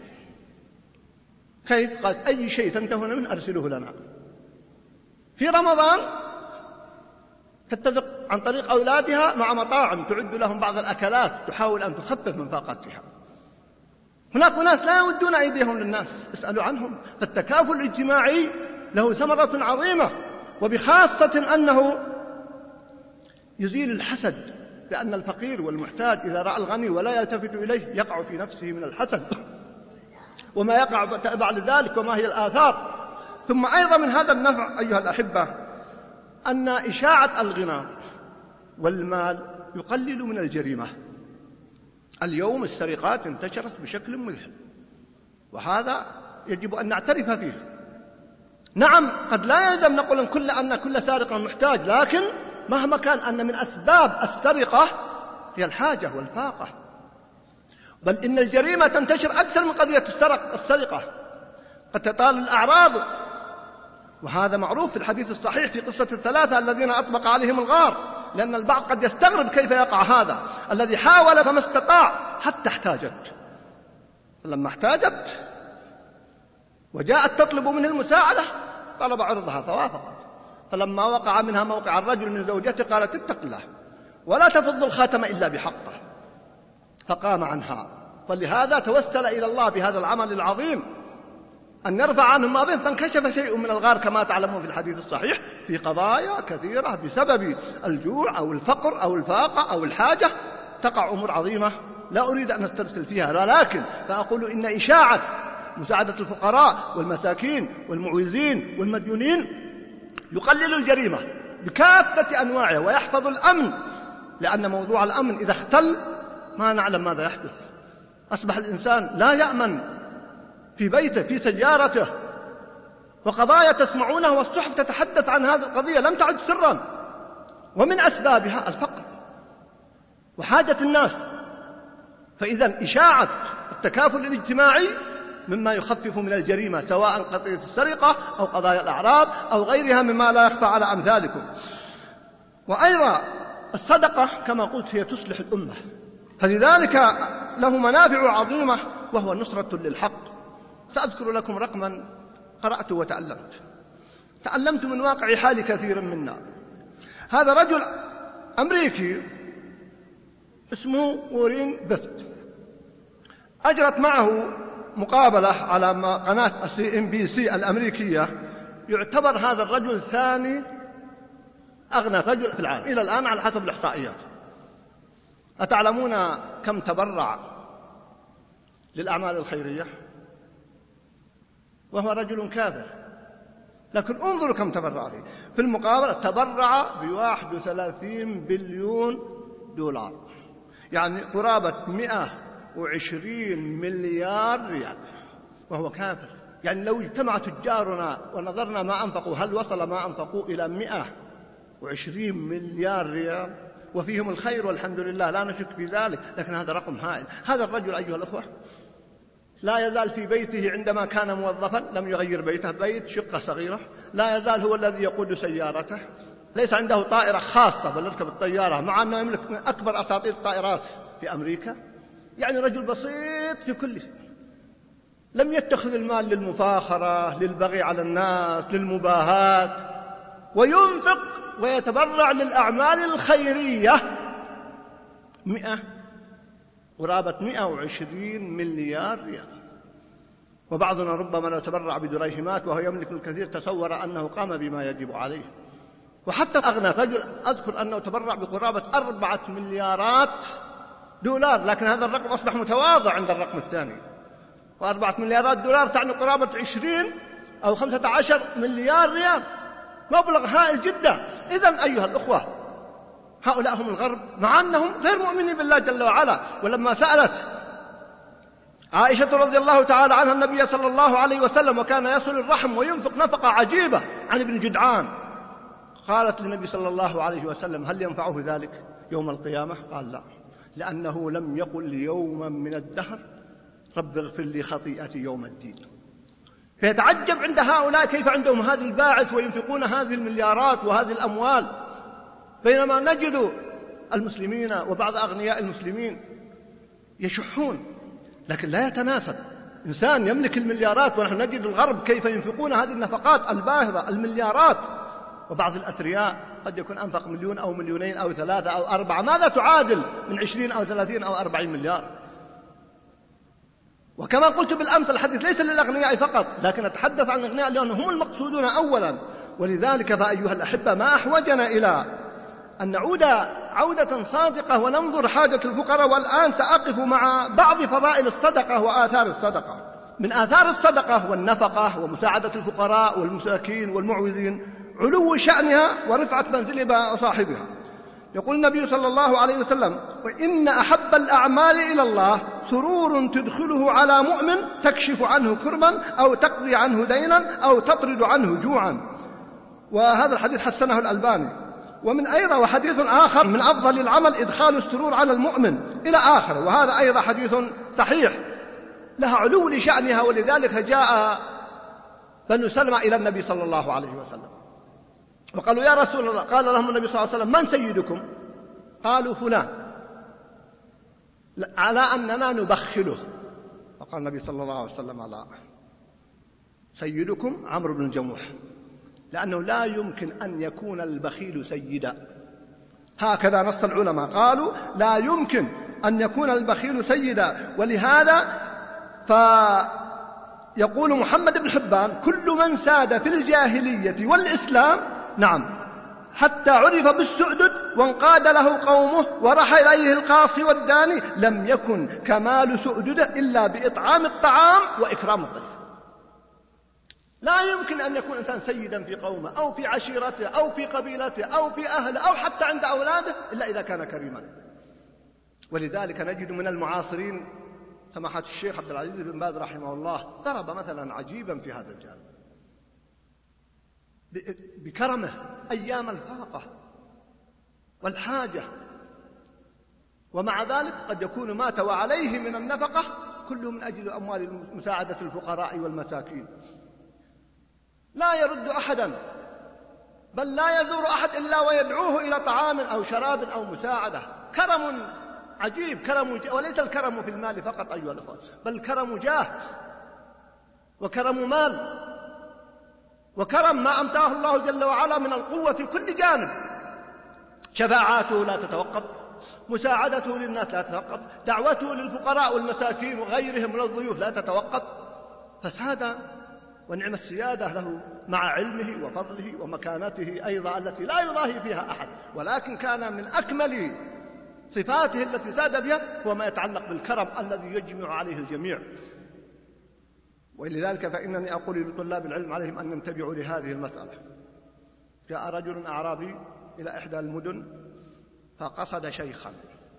كيف؟ قالت: أي شيء تنتهون منه أرسلوه لنا. في رمضان تتفق عن طريق أولادها مع مطاعم تعد لهم بعض الأكلات، تحاول أن تخفف من فاقتها. هناك ناس لا يودون أيديهم للناس، اسألوا عنهم. فالتكافل الاجتماعي له ثمرة عظيمة، وبخاصة أنه يزيل الحسد، لأن الفقير والمحتاج إذا رأى الغني ولا يلتفت إليه يقع في نفسه من الحسد وما يقع بعد ذلك وما هي الآثار. ثم أيضا من هذا النفع أيها الأحبة أن إشاعة الغنى والمال يقلل من الجريمة. اليوم السرقات انتشرت بشكل مذهل، وهذا يجب أن نعترف فيه. نعم، قد لا يلزم نقول أن كل, أن كل سارق محتاج، لكن مهما كان أن من أسباب السرقة هي الحاجة والفاقة، بل إن الجريمة تنتشر أكثر من قضية السرقة. قد تطال الأعراض، وهذا معروف في الحديث الصحيح في قصة الثلاثة الذين أطبق عليهم الغار، لأن البعض قد يستغرب كيف يقع هذا. الذي حاول فما استطاع حتى احتاجت، فلما احتاجت وجاءت تطلب منه المساعدة طلب عرضها فوافقت، فلما وقع منها موقع الرجل من زوجته قالت اتق الله ولا تفض الخاتم إلا بحقه، فقام عنها. فلهذا توسل إلى الله بهذا العمل العظيم أن يرفع عنهم ما بهم، فانكشف شيء من الغار كما تعلمون في الحديث الصحيح في قضايا كثيرة بسبب الجوع أو الفقر أو الفاقة أو الحاجة تقع أمور عظيمة لا أريد أن أسترسل فيها، لكن فأقول إن إشاعة مساعدة الفقراء والمساكين والمعوزين والمديونين يقلل الجريمة بكافة أنواعها ويحفظ الأمن، لأن موضوع الأمن إذا اختل ما نعلم ماذا يحدث. أصبح الإنسان لا يأمن في بيته في سيارته، وقضايا تسمعونها والصحف تتحدث عن هذه القضية لم تعد سرا، ومن أسبابها الفقر وحاجة الناس. فإذا إشاعة التكافل الاجتماعي مما يخفف من الجريمة، سواء قضية السرقة أو قضايا الأعراض أو غيرها مما لا يخفى على أمثالكم. وأيضا الصدقة كما قلت هي تصلح الأمة، فلذلك له منافع عظيمة وهو نصرة للحق. سأذكر لكم رقما قرأت وتعلمت تعلمت من واقع حال كثير منا. هذا رجل أمريكي اسمه وورين بيفت، أجرت معه مقابلة على قناة السي إم بي سي الأمريكية. يعتبر هذا الرجل ثاني أغنى رجل في العالم إلى الآن على حسب الإحصائيات. أتعلمون كم تبرع للأعمال الخيرية؟ وهو رجل كافر، لكن انظروا كم تبرع فيه. في المقابلة تبرع بواحد وثلاثين بليون دولار، يعني قرابة مئة وعشرين مليار ريال، وهو كافر. يعني لو اجتمع تجارنا ونظرنا ما أنفقوا، هل وصل ما أنفقوا إلى مئة وعشرين مليار ريال؟ وفيهم الخير والحمد لله لا نشك في ذلك، لكن هذا رقم هائل. هذا الرجل أيها الأخوة لا يزال في بيته عندما كان موظفا، لم يغير بيته، بيت شقة صغيرة، لا يزال هو الذي يقود سيارته، ليس عنده طائرة خاصة بل يركب الطيارة، مع أنه يملك من أكبر أساطير الطائرات في أمريكا. يعني رجل بسيط في كل شيء، لم يتخذ المال للمفاخرة، للبغي على الناس، للمباهاة، وينفق ويتبرع للأعمال الخيرية مئة قرابة مئة وعشرين مليار ريال. وبعضنا ربما لو تبرع بدريهمات وهو يملك الكثير تصور أنه قام بما يجب عليه. وحتى أغنى رجل أذكر أنه تبرع بقرابة أربعة مليارات دولار، لكن هذا الرقم أصبح متواضع عند الرقم الثاني. وأربعة مليارات دولار تعني قرابة عشرين أو خمسة عشر مليار ريال، مبلغ هائل جدا. إذن أيها الأخوة هؤلاء هم الغرب، مع أنهم غير مؤمنين بالله جل وعلا. ولما سألت عائشة رضي الله تعالى عنها النبي صلى الله عليه وسلم وكان يصل الرحم وينفق نفقة عجيبة عن ابن جدعان، قالت للنبي صلى الله عليه وسلم هل ينفعه ذلك يوم القيامة؟ قال لا، لأنه لم يقل يوما من الدهر رب اغفر لي خطيئتي يوم الدين. فيتعجب عند هؤلاء كيف عندهم هذه الباعث وينفقون هذه المليارات وهذه الأموال، بينما نجد المسلمين وبعض أغنياء المسلمين يشحون، لكن لا يتناسب. إنسان يملك المليارات ونحن نجد الغرب كيف ينفقون هذه النفقات الباهظة المليارات، وبعض الأثرياء قد يكون أنفق مليون أو مليونين أو ثلاثة أو أربعة، ماذا تعادل من عشرين أو ثلاثين أو أربعين مليار؟ وكما قلت بالأمس الحديث ليس للأغنياء فقط، لكن أتحدث عن الأغنياء لأنهم هم المقصودون أولا. ولذلك فأيها الأحبة ما أحوجنا إلى أن نعود عودة صادقة وننظر حاجة الفقراء. والآن سأقف مع بعض فضائل الصدقة وآثار الصدقة. من آثار الصدقة والنفقة ومساعدة الفقراء والمساكين والمعوزين علو شأنها ورفعة منزل صاحبها. يقول النبي صلى الله عليه وسلم: وإن أحب الأعمال إلى الله سرور تدخله على مؤمن تكشف عنه كربا أو تقضي عنه دينا أو تطرد عنه جوعا. وهذا الحديث حسنه الألباني. ومن أيضا وحديث آخر: من أفضل العمل إدخال السرور على المؤمن إلى آخره، وهذا أيضا حديث صحيح لها علو لشأنها. ولذلك جاء بنو سلمة إلى النبي صلى الله عليه وسلم وقالوا: يا رسول الله، قال لهم النبي صلى الله عليه وسلم: من سيدكم؟ قالوا: فلان، على أننا نبخله. فقال النبي صلى الله عليه وسلم: لا، سيدكم عمرو بن الجموح، لأنه لا يمكن أن يكون البخيل سيدا. هكذا نص العلماء، قالوا لا يمكن أن يكون البخيل سيدا. ولهذا فيقول محمد بن حبان: كل من ساد في الجاهلية والإسلام نعم حتى عرف بالسؤدد وانقاد له قومه ورحى إليه القاصي والداني لم يكن كمال سؤدده إلا بإطعام الطعام وإكرام الضيف. لا يمكن أن يكون إنسان سيدا في قومه أو في عشيرته أو في قبيلته أو في أهله أو حتى عند أولاده إلا إذا كان كريما. ولذلك نجد من المعاصرين سماحة الشيخ عبد العزيز بن باز رحمه الله ضرب مثلا عجيبا في هذا الجانب بكرمه أيام الفاقة والحاجة، ومع ذلك قد يكون مات وعليه من النفقة كله من أجل أموال مساعدة الفقراء والمساكين. لا يرد أحدا، بل لا يزور أحد إلا ويدعوه إلى طعام أو شراب أو مساعدة. كرم عجيب، كرم جاه، وليس الكرم في المال فقط أيها الأخوة، بل كرم جاه وكرم مال وكرم ما أمتاه الله جل وعلا من القوة في كل جانب. شفاعاته لا تتوقف، مساعدته للناس لا تتوقف، دعوته للفقراء والمساكين وغيرهم من الضيوف لا تتوقف. فساد ونعم السيادة له مع علمه وفضله ومكانته أيضا التي لا يضاهي فيها أحد. ولكن كان من أكمل صفاته التي ساد بها هو ما يتعلق بالكرم الذي يجمع عليه الجميع. ولذلك فإنني أقول لطلاب العلم عليهم أن ينتبهوا لهذه المسألة. جاء رجل أعرابي إلى إحدى المدن فقصد شيخا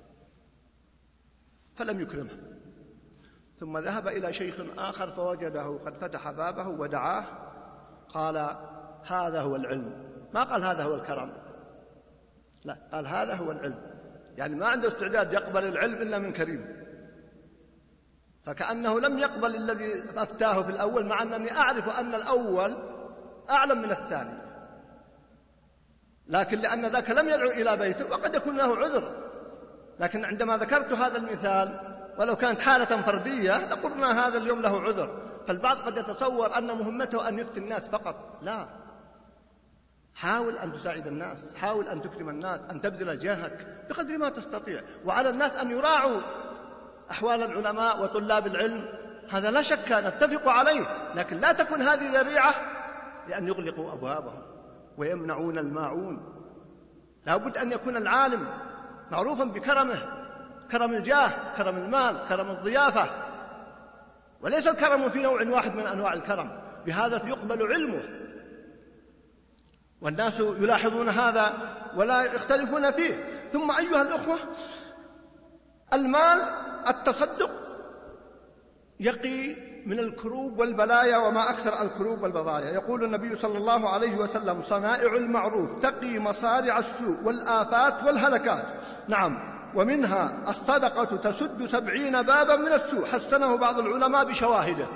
فلم يكرمه، ثم ذهب إلى شيخ آخر فوجده قد فتح بابه ودعاه، قال: هذا هو العلم. ما قال هذا هو الكرم، لا، قال هذا هو العلم. يعني ما عنده استعداد يقبل العلم إلا من كريم. فكأنه لم يقبل الذي أفتاه في الأول، مع أنني أعرف أن الأول أعلم من الثاني، لكن لأن ذاك لم يدعو إلى بيته وقد يكون له عذر. لكن عندما ذكرت هذا المثال ولو كانت حالة فردية لقلنا هذا اليوم له عذر. فالبعض قد يتصور أن مهمته أن يفتي الناس فقط. لا، حاول أن تساعد الناس، حاول أن تكرم الناس، أن تبذل جهدك بقدر ما تستطيع. وعلى الناس أن يراعوا أحوال العلماء وطلاب العلم، هذا لا شك نتفق عليه، لكن لا تكون هذه ذريعة لأن يغلقوا أبوابهم ويمنعون الماعون. لا بد أن يكون العالم معروفا بكرمه، كرم الجاه، كرم المال، كرم الضيافة، وليس الكرم في نوع واحد من أنواع الكرم. بهذا يقبل علمه، والناس يلاحظون هذا ولا يختلفون فيه. ثم أيها الأخوة، المال التصدق يقي من الكروب والبلايا، وما أكثر الكروب والبلايا. يقول النبي صلى الله عليه وسلم: صنائع المعروف تقي مصارع السوء والآفات والهلكات. نعم، ومنها الصدقة تسد سبعين بابا من السوء، حسنه بعض العلماء بشواهده.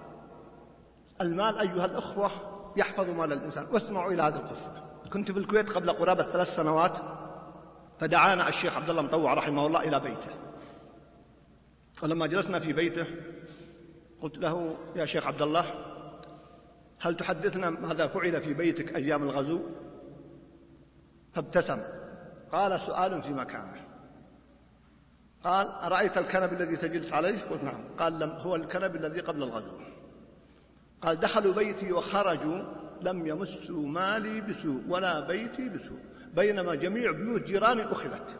المال أيها الأخوة يحفظ مال الإنسان. واسمعوا إلى هذه القصة. كنت في الكويت قبل قرابة ثلاث سنوات، فدعانا الشيخ عبد الله مطوع رحمه الله إلى بيته. ولما جلسنا في بيته قلت له: يا شيخ عبد الله، هل تحدثنا ماذا فعل في بيتك أيام الغزو؟ فابتسم، قال: سؤال في مكانه. قال: أرأيت الكنب الذي تجلس عليه؟ قلت: نعم. قال: لم، هو الكنب الذي قبل الغزو. قال: دخلوا بيتي وخرجوا لم يمسوا مالي بسوء ولا بيتي بسوء، بينما جميع بيوت جيراني أخذت.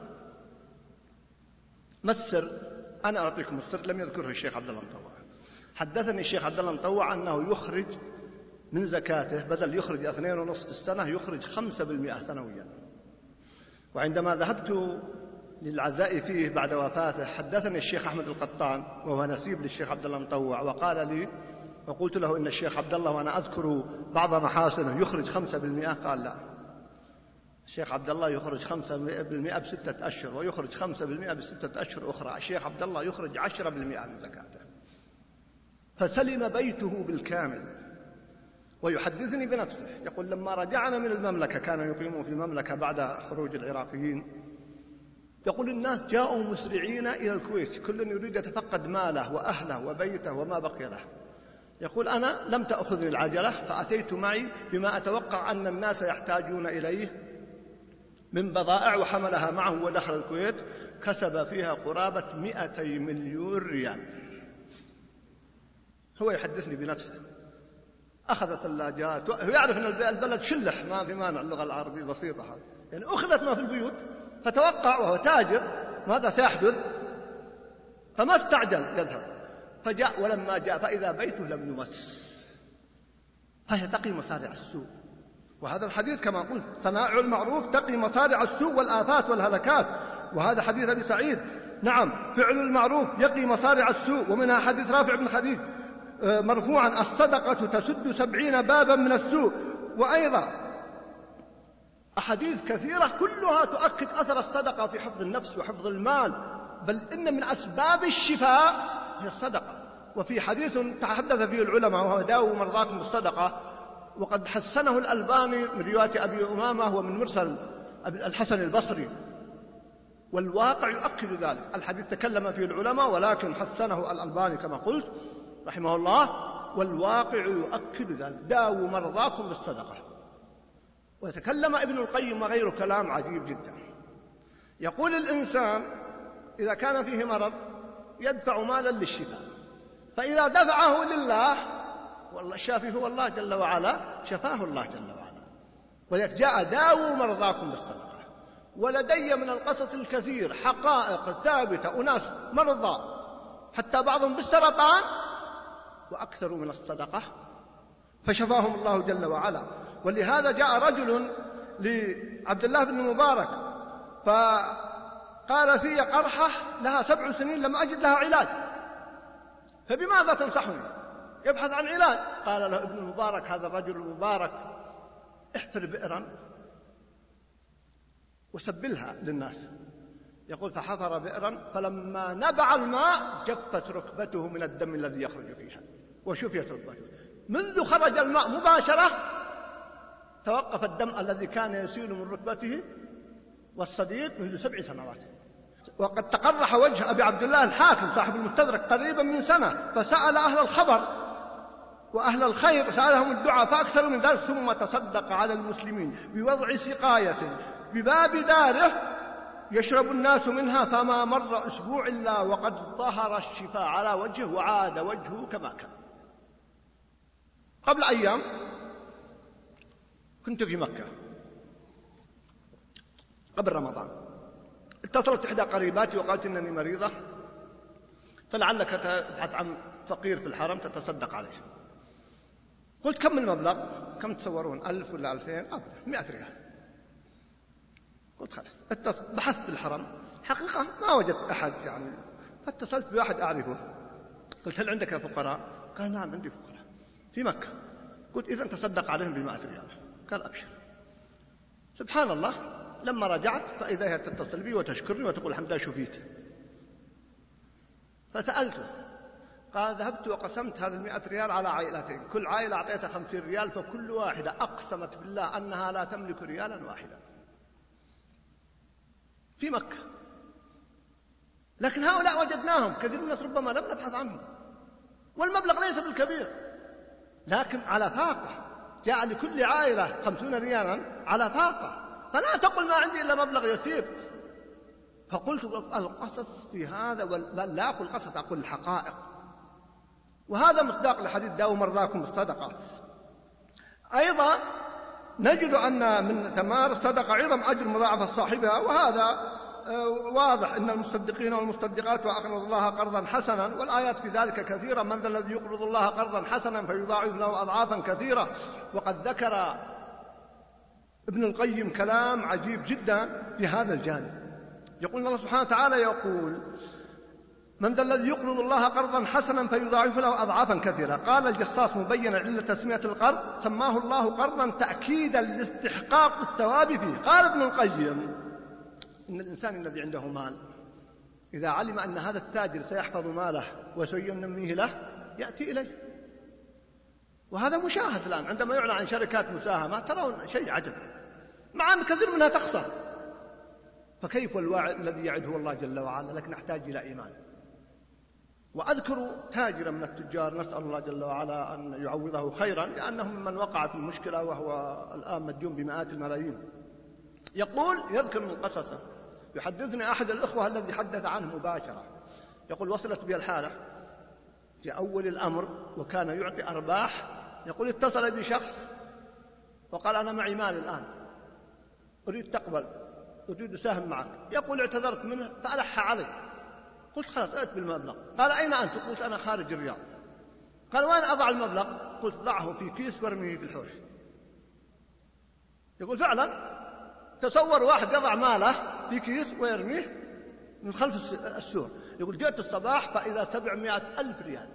ما السر؟ أنا أعطيكم السر، لم يذكره الشيخ عبد الله مطوع. حدثني الشيخ عبد الله مطوع أنه يخرج من زكاته بدل يخرج اثنين ونصف في السنة يخرج خمسة بالمئة سنويا. وعندما ذهبت للعزاء فيه بعد وفاته حدثني الشيخ أحمد القطان وهو نسيب للشيخ عبد الله مطوع، وقال لي، وقلت له إن الشيخ عبد الله وأنا أذكر بعض محاسنه يخرج خمسة بالمئة، قال لا، الشيخ عبد الله يخرج خمسة بالمئة بستة أشهر ويخرج خمسة بالمئة بستة أشهر أخرى، الشيخ عبد الله يخرج عشرة بالمئة من زكاته. فسلم بيته بالكامل. ويحدثني بنفسه يقول لما رجعنا من المملكة، كانوا يقيمون في المملكة بعد خروج العراقيين، يقول الناس جاءوا مسرعين إلى الكويت، كل يريد يتفقد ماله وأهله وبيته وما بقي له. يقول أنا لم تأخذني العجلة فأتيت معي بما أتوقع أن الناس يحتاجون إليه من بضائع وحملها معه ودخل الكويت، كسب فيها قرابة مئتي مليون ريال. هو يحدثني بنفسه، أخذ ثلاجات، هو يعرف أن البلد شلح، ما في مانع، اللغة العربية البسيطة هذه، يعني أخذت ما في البيوت، فتوقع وهو تاجر ماذا سيحدث، فما استعجل يذهب، فجاء ولما جاء فإذا بيته لم يمس، فهي تقي مصارع السوء. وهذا الحديث كما قلت صنائع المعروف تقي مصارع السوء والآفات والهلكات، وهذا حديث أبي سعيد. نعم، فعل المعروف يقي مصارع السوء. ومنها حديث رافع بن خديج مرفوعا الصدقة تسد سبعين بابا من السوء. وأيضا أحاديث كثيرة كلها تؤكد أثر الصدقة في حفظ النفس وحفظ المال، بل إن من أسباب الشفاء هي الصدقة. وفي حديث تحدث فيه العلماء وهو داووا مرضاكم بالصدقة، وقد حسنه الألباني من رواية أبي أمامة ومن مرسل الحسن البصري، والواقع يؤكد ذلك. الحديث تكلم فيه العلماء ولكن حسنه الألباني كما قلت رحمه الله، والواقع يؤكد ذلك، داووا مرضاكم بالصدقة. ويتكلم ابن القيم وغيره كلام عجيب جدا، يقول الإنسان إذا كان فيه مرض يدفع مالا للشفاء، فإذا دفعه لله والله الشافي هو الله جل وعلا شفاه الله جل وعلا. ولذلك جاء داووا مرضاكم بالصدقة. ولدي من القصص الكثير حقائق ثابتة، أناس مرضى حتى بعضهم بالسرطان وأكثروا من الصدقة فشفاهم الله جل وعلا. ولهذا جاء رجل لعبد الله بن المبارك فقال في قرحة لها سبع سنين لم أجد لها علاج، فبماذا تنصحني؟ يبحث عن علاج. قال له ابن المبارك، هذا الرجل المبارك، احفر بئرا وسبلها للناس. يقول فحفر بئرا فلما نبع الماء جفت ركبته من الدم الذي يخرج فيها وشفيت ركبته. منذ خرج الماء مباشرة توقف الدم الذي كان يسيل من ركبته والصديق منذ سبع سنوات. وقد تقرح وجه أبي عبد الله الحاكم صاحب المستدرك قريبا من سنة، فسأل أهل الخبر وأهل الخير، سألهم الدعاء فأكثر من ذلك، ثم تصدق على المسلمين بوضع سقاية بباب داره يشرب الناس منها، فما مر أسبوع إلا وقد ظهر الشفاء على وجهه وعاد وجهه كما كان. قبل أيام كنت في مكة قبل رمضان، اتصلت إحدى قريباتي وقالت إنني مريضة فلعلك تبحث عن فقير في الحرم تتصدق عليه. قلت كم المبلغ؟ كم تصورون؟ ألف ولا ألفين؟ أبدا مئة ريال. قلت خلاص، بحثت في الحرم حقيقة ما وجدت أحد يعني، فاتصلت بواحد أعرفه قلت هل عندك فقراء؟ قال نعم عندي فقراء في مكة. قلت إذن تصدق عليهم بمئة ريال. قال أبشر. سبحان الله، لما رجعت فإذا هي تتصل بي وتشكرني وتقول الحمد لله شفيت. فسألته قال ذهبت وقسمت هذه المئة ريال على عائلتين، كل عائلة أعطيتها خمسين ريال، فكل واحدة أقسمت بالله أنها لا تملك ريالا واحدا في مكة. لكن هؤلاء وجدناهم كثير من الناس ربما لم نبحث عنهم، والمبلغ ليس بالكبير، لكن على فاقة. جاء لكل عائلة خمسون ريالا على فاقة، فلا تقل ما عندي إلا مبلغ يسير. فقلت القصص في هذا، بل لا أقول قصص، أقول الحقائق. وهذا مصداق لحديث داووا مرضاكم بالصدقة. أيضا نجد أن من ثمار الصدقة عظم أجر مضاعفة صاحبها، وهذا واضح إن المصدقين والمصدقات وأقرضوا الله قرضا حسنا، والآيات في ذلك كثيرة. من ذا الذي يقرض الله قرضا حسنا فيضاعف له أضعافا كثيرة. وقد ذكر ابن القيم كلام عجيب جدا في هذا الجانب. يقول الله سبحانه وتعالى يقول: من ذا الذي يقرض الله قرضا حسنا فيضاعف له أضعافا كثيرة. قال الجصاص مبينا علة تسمية القرض: سماه الله قرضا تأكيدا لاستحقاق الثواب فيه. قال ابن القيم: إن الإنسان الذي عنده مال إذا علم أن هذا التاجر سيحفظ ماله وسينميه له يأتي إليه. وهذا مشاهد الآن عندما يعلن عن شركات مساهمة ترون شيء عجب، مع أن كثير منها تخسر. فكيف الوعد الذي يعده الله جل وعلا؟ لكن نحتاج إلى إيمان. وأذكر تاجرا من التجار نسأل الله جل وعلا أن يعوضه خيرا، لأنه ممن وقع في المشكلة وهو الآن مديون بمئات الملايين. يقول يذكر من قصصه: يحدثني أحد الأخوة الذي حدث عنه مباشرة، يقول: وصلت بي الحالة في أول الأمر وكان يعطي أرباح. يقول: اتصل بي شخص وقال: أنا معي مال الآن أريد تقبل، أريد أساهم معك. يقول: اعتذرت منه فألح علي. قلت: خلاص ائت بالمبلغ. قال: أين أنت؟ قلت: أنا خارج الرياض. قال: وين أضع المبلغ؟ قلت: ضعه في كيس وارميه في الحوش. يقول: فعلا تصور واحد يضع ماله في كيس ويرميه من خلف السور. يقول: جئت الصباح فإذا سبعمائة ألف ريال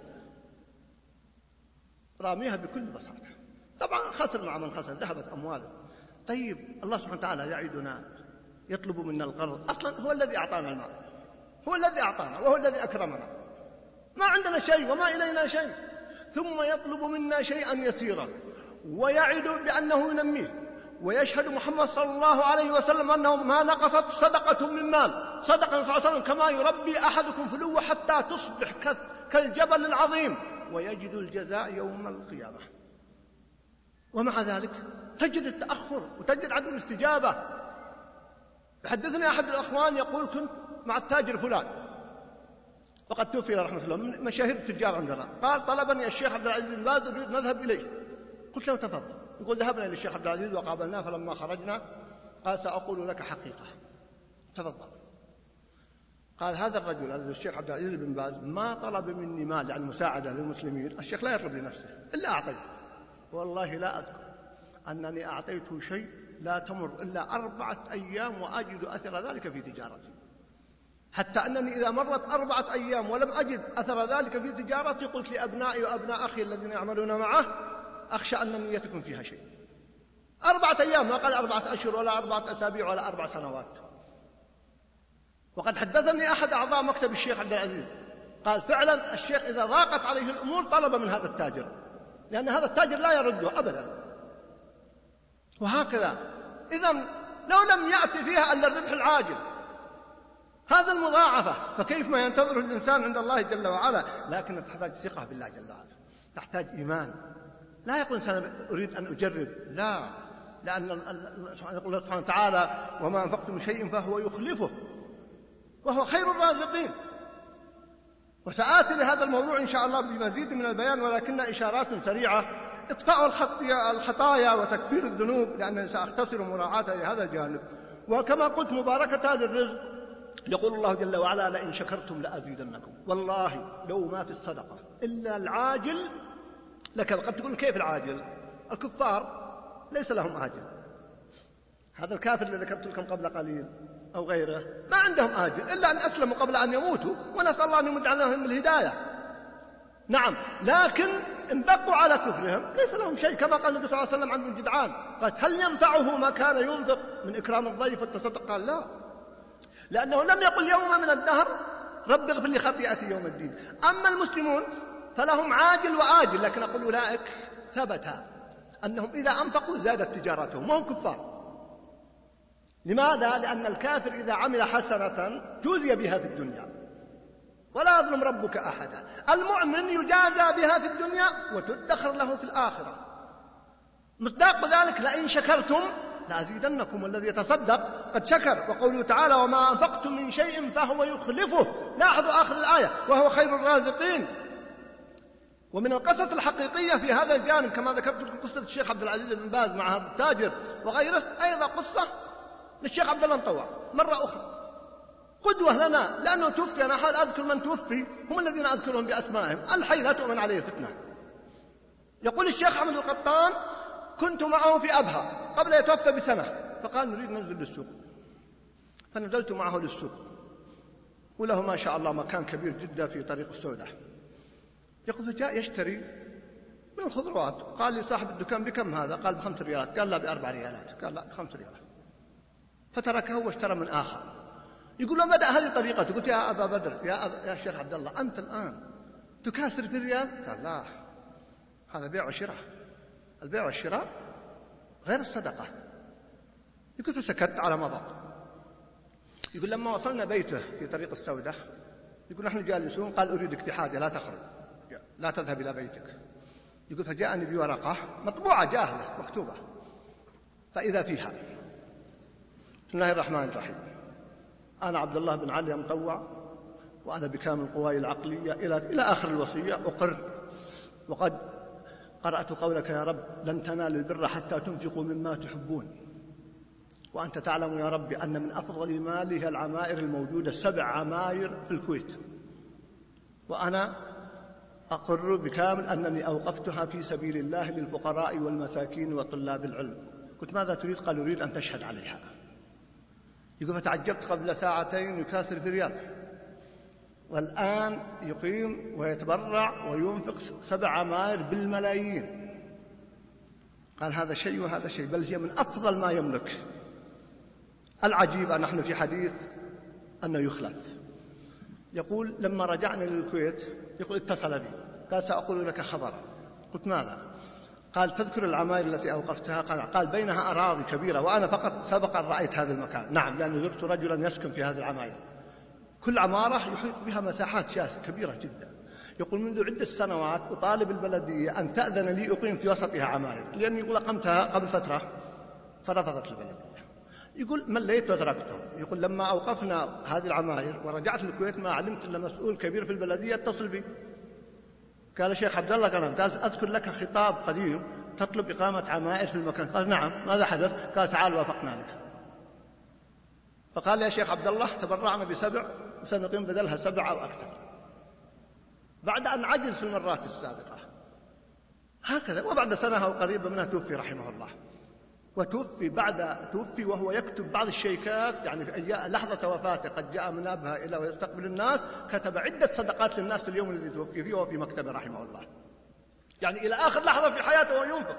راميها بكل بساطة. طبعا خسر مع من خسر، ذهبت أمواله. طيب الله سبحانه وتعالى يعيدنا، يطلب منا القرض. أصلا هو الذي أعطانا المال، هو الذي أعطانا وهو الذي أكرمنا، ما عندنا شيء وما إلينا شيء، ثم يطلب منا شيئا يسيرا ويعد بأنه ينميه. ويشهد محمد صلى الله عليه وسلم أنه ما نقصت صدقة من مال، صدقة صلى الله عليه وسلم كما يربي أحدكم فلوه حتى تصبح كالجبل العظيم ويجد الجزاء يوم القيامة. ومع ذلك تجد التأخر وتجد عدم الاستجابة. يحدثني أحد الأخوان يقول: كنت مع التاجر فلان وقد توفي رحمة الله من مشاهير التجار عندنا. قال: طلبني الشيخ عبد العزيز بن باز أريد نذهب إليه. قلت له: تفضل. يقول: ذهبنا إلى الشيخ عبد العزيز وقابلناه، فلما خرجنا قال: سأقول لك حقيقة، تفضل. قال: هذا الرجل الشيخ عبد العزيز بن باز ما طلب مني مال يعني مساعدة للمسلمين، الشيخ لا يطلب لنفسه إلا أعطيته. والله لا أذكر أنني أعطيته شيء لا تمر إلا أربعة أيام وأجد أثر ذلك في تجارتي، حتى أنني إذا مرت أربعة أيام ولم أجد أثر ذلك في تجارتي قلت لأبنائي وأبناء أخي الذين يعملون معه: أخشى أن نيتكم فيها شيء. أربعة أيام، ما قال أربعة أشهر ولا أربعة أسابيع ولا أربع سنوات. وقد حدثني أحد أعضاء مكتب الشيخ عبد العزيز قال: فعلا الشيخ إذا ضاقت عليه الأمور طلب من هذا التاجر، لأن هذا التاجر لا يرده أبدا. وهكذا إذن لو لم يأتي فيها إلا الربح العاجل، هذا المضاعفة، فكيف ما ينتظره الإنسان عند الله جل وعلا؟ لكن تحتاج ثقة بالله جل وعلا، تحتاج إيمان. لا يقول إنسان أريد أن أجرب، لا، لأن الله سبحانه وتعالى: وما أنفقتم من شيء فهو يخلفه وهو خير الرازقين. وسآتي لهذا الموضوع إن شاء الله بمزيد من البيان، ولكن إشارات سريعة: إطفاء الخطايا وتكفير الذنوب، لأنني سأختصر مراعاة لهذا الجانب. وكما قلت مباركة للرزق، يقول الله جل وعلا: لئن شكرتم لأزيدنكم. والله لو ما في الصدقة إلا العاجل لك. قد تقول: كيف العاجل؟ الكفار ليس لهم عاجل، هذا الكافر الذي ذكرت لكم قبل قليل أو غيره ما عندهم آجل إلا أن أسلموا قبل أن يموتوا، ونسأل الله أن يمد عليهم الهداية. نعم، لكن إن بقوا على كفرهم ليس لهم شيء، كما قال النبي صلى الله عليه وسلم عن ابن جدعان: قال: هل ينفعه ما كان ينفق من إكرام الضيف والتصدق؟ قال: لا، لأنه لم يقل يوم من الدهر رب اغفر لي خطيئتي يوم الدين. أما المسلمون فلهم عاجل وآجل، لكن أقول أولئك ثبت أنهم إذا أنفقوا زادت تجارتهم وهم كفار. لماذا؟ لأن الكافر إذا عمل حسنة جوزي بها في الدنيا ولا يظلم ربك أحدا. المؤمن يجازى بها في الدنيا وتدخر له في الآخرة. مصداق ذلك: لئن شكرتم لأزيدنكم. والذي يتصدق قد شكر. وقوله تعالى: وما أنفقتم من شيء فهو يخلفه. لاحظوا آخر الآية: وهو خير الرازقين. ومن القصص الحقيقية في هذا الجانب كما ذكرت لكم قصة الشيخ عبد العزيز بن باز مع هذا التاجر وغيره، أيضا قصة للشيخ عبد الله المطوع مرة أخرى، قدوة لنا، لأنه توفي. أنا أحاول أذكر من توفي، هم الذين أذكرهم بأسمائهم، الحي لا تؤمن عليه فتنة. يقول الشيخ أحمد القطان: كنت معه في أبها قبل يتوفى بسنة، فقال نريد ننزل للسوق، فنزلت معه للسوق، وله ما شاء الله مكان كبير جدا في طريق السوداء. يقول فجاء يشتري من الخضروات، قال لي صاحب الدكان بكم هذا؟ قال بخمس ريالات. قال لا بأربع ريالات. قال لا بخمس ريالات. فتركه واشترى من آخر. يقول له بدأ هذه طريقته. قلت يا أبا بدر، يا, أبا يا شيخ عبد الله، أنت الآن تكاسر في الريال؟ قال لا، هذا بيع وشراء، البيع والشراء غير الصدقة. يقول فسكت على مضض. يقول لما وصلنا بيته في طريق السوداء، يقول نحن جالسون، قال أريدك في حاجة لا تخرج، لا تذهب إلى بيتك. يقول فجاءني بورقة مطبوعة جاهزة مكتوبة، فإذا فيها بسم الله الرحمن الرحيم: أنا عبد الله بن علي مطوع، وأنا بكامل قواي العقلية إلى إلى آخر الوصية أقر، وقد قرأت قولك يا رب لن تنالوا البر حتى تنفقوا مما تحبون، وأنت تعلم يا رب أن من أفضل مالي العمائر الموجودة، سبع عماير في الكويت، وأنا أقر بكامل أنني أوقفتها في سبيل الله للفقراء والمساكين وطلاب العلم. قلت ماذا تريد؟ قال أريد أن تشهد عليها. يقول فتعجبت قبل ساعتين يكاثر في ريال، والآن يقيم ويتبرع وينفق سبع عمائر بالملايين. قال هذا شيء وهذا شيء، بل هي من أفضل ما يملك. العجيب أن نحن في حديث أنه يخلف. يقول لما رجعنا للكويت، يقول اتصل بي قال سأقول لك خبر. قلت ماذا؟ قال تذكر العماير التي أوقفتها؟ قال, قال بينها أراضي كبيرة، وأنا فقط سبق أن رأيت هذا المكان. نعم، لأني زرت رجلا يسكن في هذه العماير، كل عمارة يحيط بها مساحات شاسعة كبيرة جدا. يقول منذ عدة سنوات أطالب البلدية أن تأذن لي أقيم في وسطها عماير، لأني يقول أقمتها قبل فترة فرفضت البلدية. يقول مليت وتركته. يقول لما أوقفنا هذه العماير ورجعت للكويت ما علمت إلا مسؤول كبير في البلدية اتصل بي، قال شيخ عبد الله، قال قال أذكر لك خطاب قديم تطلب إقامة عمائر في المكان. قال نعم، ماذا حدث؟ قال تعال وافقنا لك. فقال يا شيخ عبد الله تبرعنا بسبع وسنقيم بدلها سبع أو أكثر، بعد أن عجز في المرات السابقة. هكذا. وبعد سنة أو قريبة منها توفي رحمه الله، وتوفي بعد توفي وهو يكتب بعض الشيكات، يعني في أي لحظة وفاته قد جاء من أبها إلى ويستقبل الناس، كتب عدة صدقات للناس في اليوم الذي توفي فيه وهو في مكتبه رحمه الله، يعني إلى آخر لحظة في حياته وهو ينفق.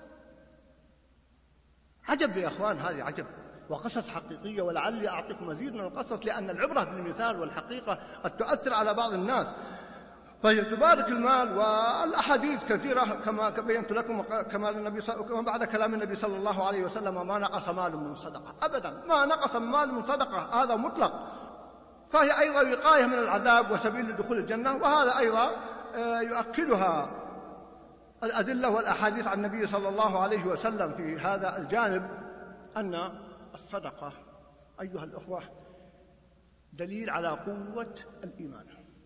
عجب يا أخوان، هذه عجب، وقصص حقيقية. ولعلي أعطيكم مزيد من القصص، لأن العبرة بالمثال والحقيقة قد تؤثر على بعض الناس. فهي تبارك المال، والأحاديث كثيرة كما بينت لكم، كما النبي كما بعد كلام النبي صلى الله عليه وسلم ما نقص مال من صدقة أبدا، ما نقص مال من صدقة، هذا مطلق. فهي أيضا وقاية من العذاب وسبيل لدخول الجنة، وهذا أيضا يؤكدها الأدلة والأحاديث عن النبي صلى الله عليه وسلم في هذا الجانب، أن الصدقة أيها الأخوة دليل على قوة الإيمان.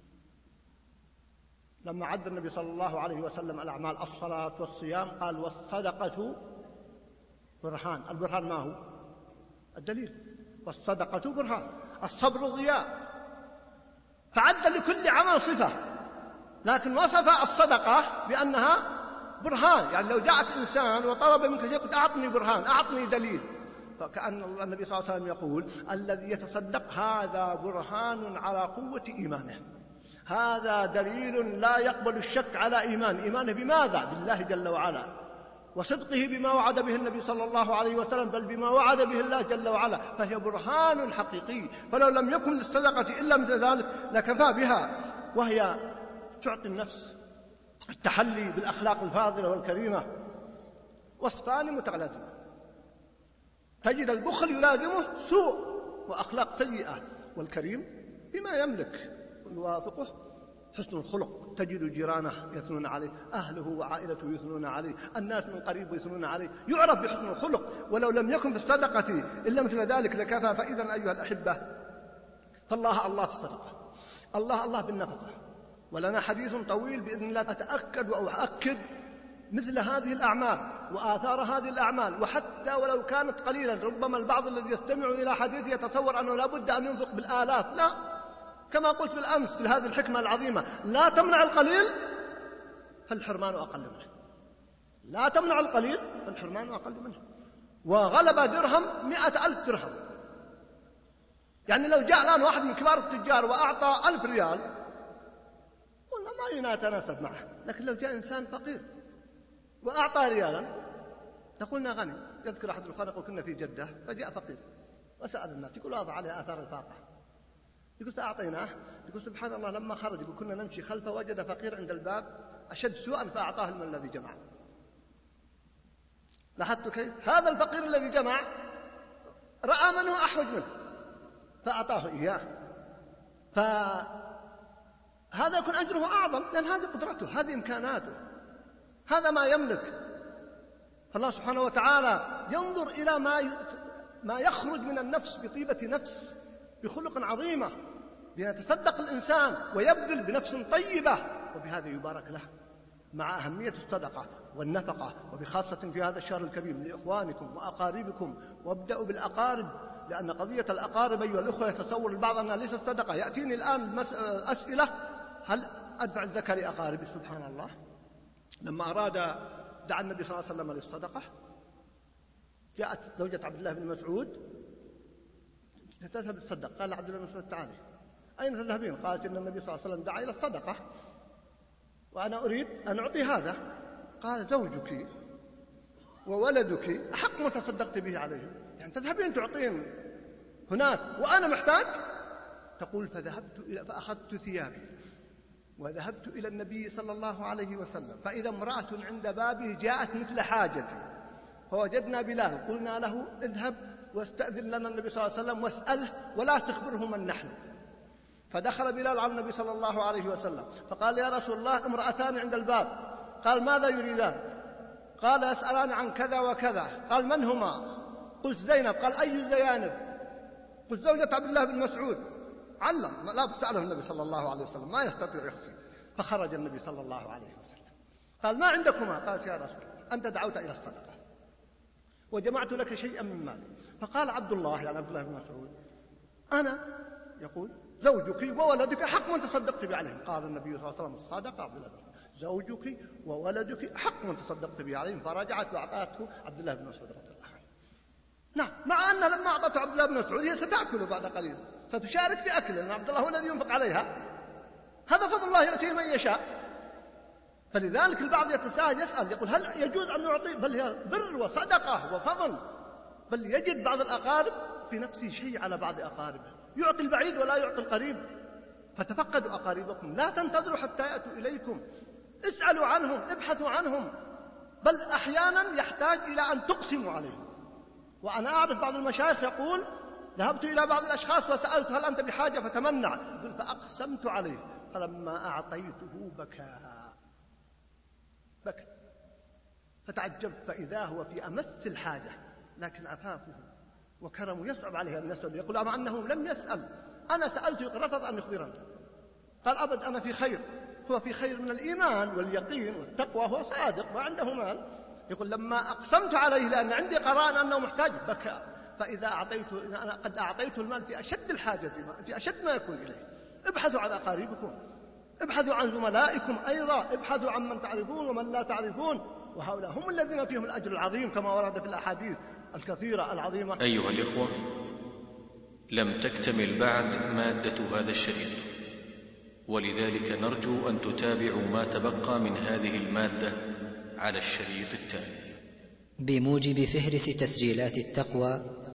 لما عد النبي صلى الله عليه وسلم الأعمال الصلاة والصيام قال والصدقة برهان. البرهان ما هو؟ الدليل. والصدقة برهان، الصبر ضياء. فعد لكل عمل صفة، لكن وصف الصدقة بأنها برهان. يعني لو جاءك إنسان وطلب منك شيء قلت أعطني برهان، أعطني دليل، فكأن النبي صلى الله عليه وسلم يقول الذي يتصدق هذا برهان على قوة إيمانه، هذا دليل لا يقبل الشك على إيمان إيمانه بماذا؟ بالله جل وعلا، وصدقه بما وعد به النبي صلى الله عليه وسلم، بل بما وعد به الله جل وعلا. فهي برهان حقيقي، فلو لم يكن للصدقة إلا مثل ذلك لكفى بها، وهي تعطي النفس التحلي بالأخلاق الفاضلة والكريمة. وصفان متلازمة، تجد البخل يلازمه سوء وأخلاق سيئة، والكريم بما يملك يوافقه حسن الخلق. تجد جيرانه يثنون عليه، أهله وعائلته يثنون عليه، الناس من قريب يثنون عليه، يعرف بحسن الخلق. ولو لم يكن في الصدقة إلا مثل ذلك لكفى. فإذا أيها الأحبة، فالله الله في الصدقة، الله الله بالنفقة. ولنا حديث طويل بإذن الله أتأكد وأؤكد مثل هذه الأعمال وآثار هذه الأعمال، وحتى ولو كانت قليلا. ربما البعض الذي يستمع إلى حديث يتصور أنه لا بد أن ينفق بالآلاف، لا، كما قلت بالأمس في هذه الحكمة العظيمة، لا تمنع القليل فالحرمان أقل منه. لا تمنع القليل فالحرمان أقل منه. وغلب درهم مئة ألف درهم. يعني لو جاء الآن واحد من كبار التجار وأعطى ألف ريال قلنا ما يتناسب معه، لكن لو جاء إنسان فقير وأعطى ريالا لقلنا غني. يذكر أحد الأخوان يقول كنا في جدة فجاء فقير وسأل الناس يقول واضع عليه آثار الفاقة، يقول فأعطيناه، يقول سبحان الله لما خرج يقول كنا نمشي خلفه وجد فقير عند الباب أشد سوءا فأعطاه المال الذي جمع. لاحظت كيف؟ هذا الفقير الذي جمع رأى من هو أحوج منه فأعطاه إياه، فهذا يكون أجره أعظم لأن هذه قدرته، هذه إمكاناته، هذا ما يملك. فالله سبحانه وتعالى ينظر إلى ما ما يخرج من النفس بطيبة نفس بخلق عظيمة، بيتصدق الإنسان ويبذل بنفس طيبة، وبهذا يبارك له. مع أهمية الصدقة والنفقة، وبخاصة في هذا الشهر الكريم لإخوانكم وأقاربكم، وابدأوا بالأقارب، لأن قضية الأقارب أيها الأخوة يتصور البعض أنها ليست صدقة. يأتيني الآن أسئلة هل أدفع الزكاة لأقاربي؟ سبحان الله، لما أراد دعا النبي صلى الله عليه وسلم للصدقة جاءت زوجة عبد الله بن مسعود تذهب تصدق، قال عبد الله بن مسعود تعالي أين تذهبين؟ قالت إن النبي صلى الله عليه وسلم دعا إلى الصدقة وأنا أريد أن أعطي هذا. قال زوجك وولدك أحق ما تصدقت به عليهم، يعني تذهبين تعطين هناك وأنا محتاج. تقول فذهبت إلى فأخذت ثيابي وذهبت إلى النبي صلى الله عليه وسلم، فإذا امرأة عند بابه جاءت مثل حاجتي فوجدنا بلال، قلنا له اذهب واستأذن لنا النبي صلى الله عليه وسلم واسأله ولا تخبره من نحن. فدخل بلال على النبي صلى الله عليه وسلم فقال يا رسول الله امرأتان عند الباب. قال ماذا يريدان؟ قال يسألان عن كذا وكذا. قال من هما؟ قلت زينب. قال أي زيانب؟ قلت زوجة عبد الله بن مسعود. علم لا بسأله النبي صلى الله عليه وسلم ما يستطيع يخفي. فخرج النبي صلى الله عليه وسلم قال ما عندكما؟ قالت يا رسول أنت دعوت إلى الصدقة وجمعت لك شيئا من مالي. فقال عبد الله يعني عبد الله بن مسعود أنا يقول زوجك وولدك حق من تصدقت به عليهم. قال النبي صلى الله عليه وسلم الصدقة عبد الله بن مسعود زوجك وولدك حق من تصدقت به عليهم. فرجعت وأعطته عبد الله بن مسعود رضي الله عنه. نعم، مع أنها لما أعطته عبد الله بن مسعود هي ستأكل بعد قليل، ستشارك في أكل، لأن عبد الله هو الذي ينفق عليها. هذا فضل الله يؤتيه من يشاء. فلذلك البعض يتساءل يسأل يقول هل يجوز أن نعطي؟ بل هي بر وصدقة وفضل، بل يجد بعض الأقارب في نفسه شيء على بعض أقاربه، يعطي البعيد ولا يعطي القريب. فتفقدوا أقاربكم، لا تنتظروا حتى يأتوا إليكم، اسألوا عنهم، ابحثوا عنهم، بل أحيانا يحتاج إلى أن تقسموا عليهم. وأنا أعرف بعض المشايخ يقول ذهبت إلى بعض الأشخاص وسألت هل أنت بحاجة فتمنع، يقول فأقسمت عليه فلما أعطيته بكى بكى فتعجبت فإذا هو في أمس الحاجة، لكن عفافه وكرمه يصعب عليه أن يسأل. يقول مع أنه لم يسأل، أنا سألت رفض أن يخبرني. قال أبد أنا في خير، هو في خير من الإيمان واليقين والتقوى، هو صادق ما عنده مال. يقول لما أقسمت عليه لأن عندي قرائن أنه محتاج بكى. فإذا أعطيته أنا قد أعطيته المال في أشد الحاجة في أشد ما يكون إليه. ابحثوا عن أقاربكم، ابحثوا عن زملائكم أيضا، ابحثوا عن من تعرفون ومن لا تعرفون، وهؤلاء هم الذين فيهم الأجر العظيم كما ورد في الأحاديث الكثيرة العظيمة. أيها الإخوة، لم تكتمل بعد مادة هذا الشريط، ولذلك نرجو أن تتابعوا ما تبقى من هذه المادة على الشريط التالي. بموجب فهرس تسجيلات التقوى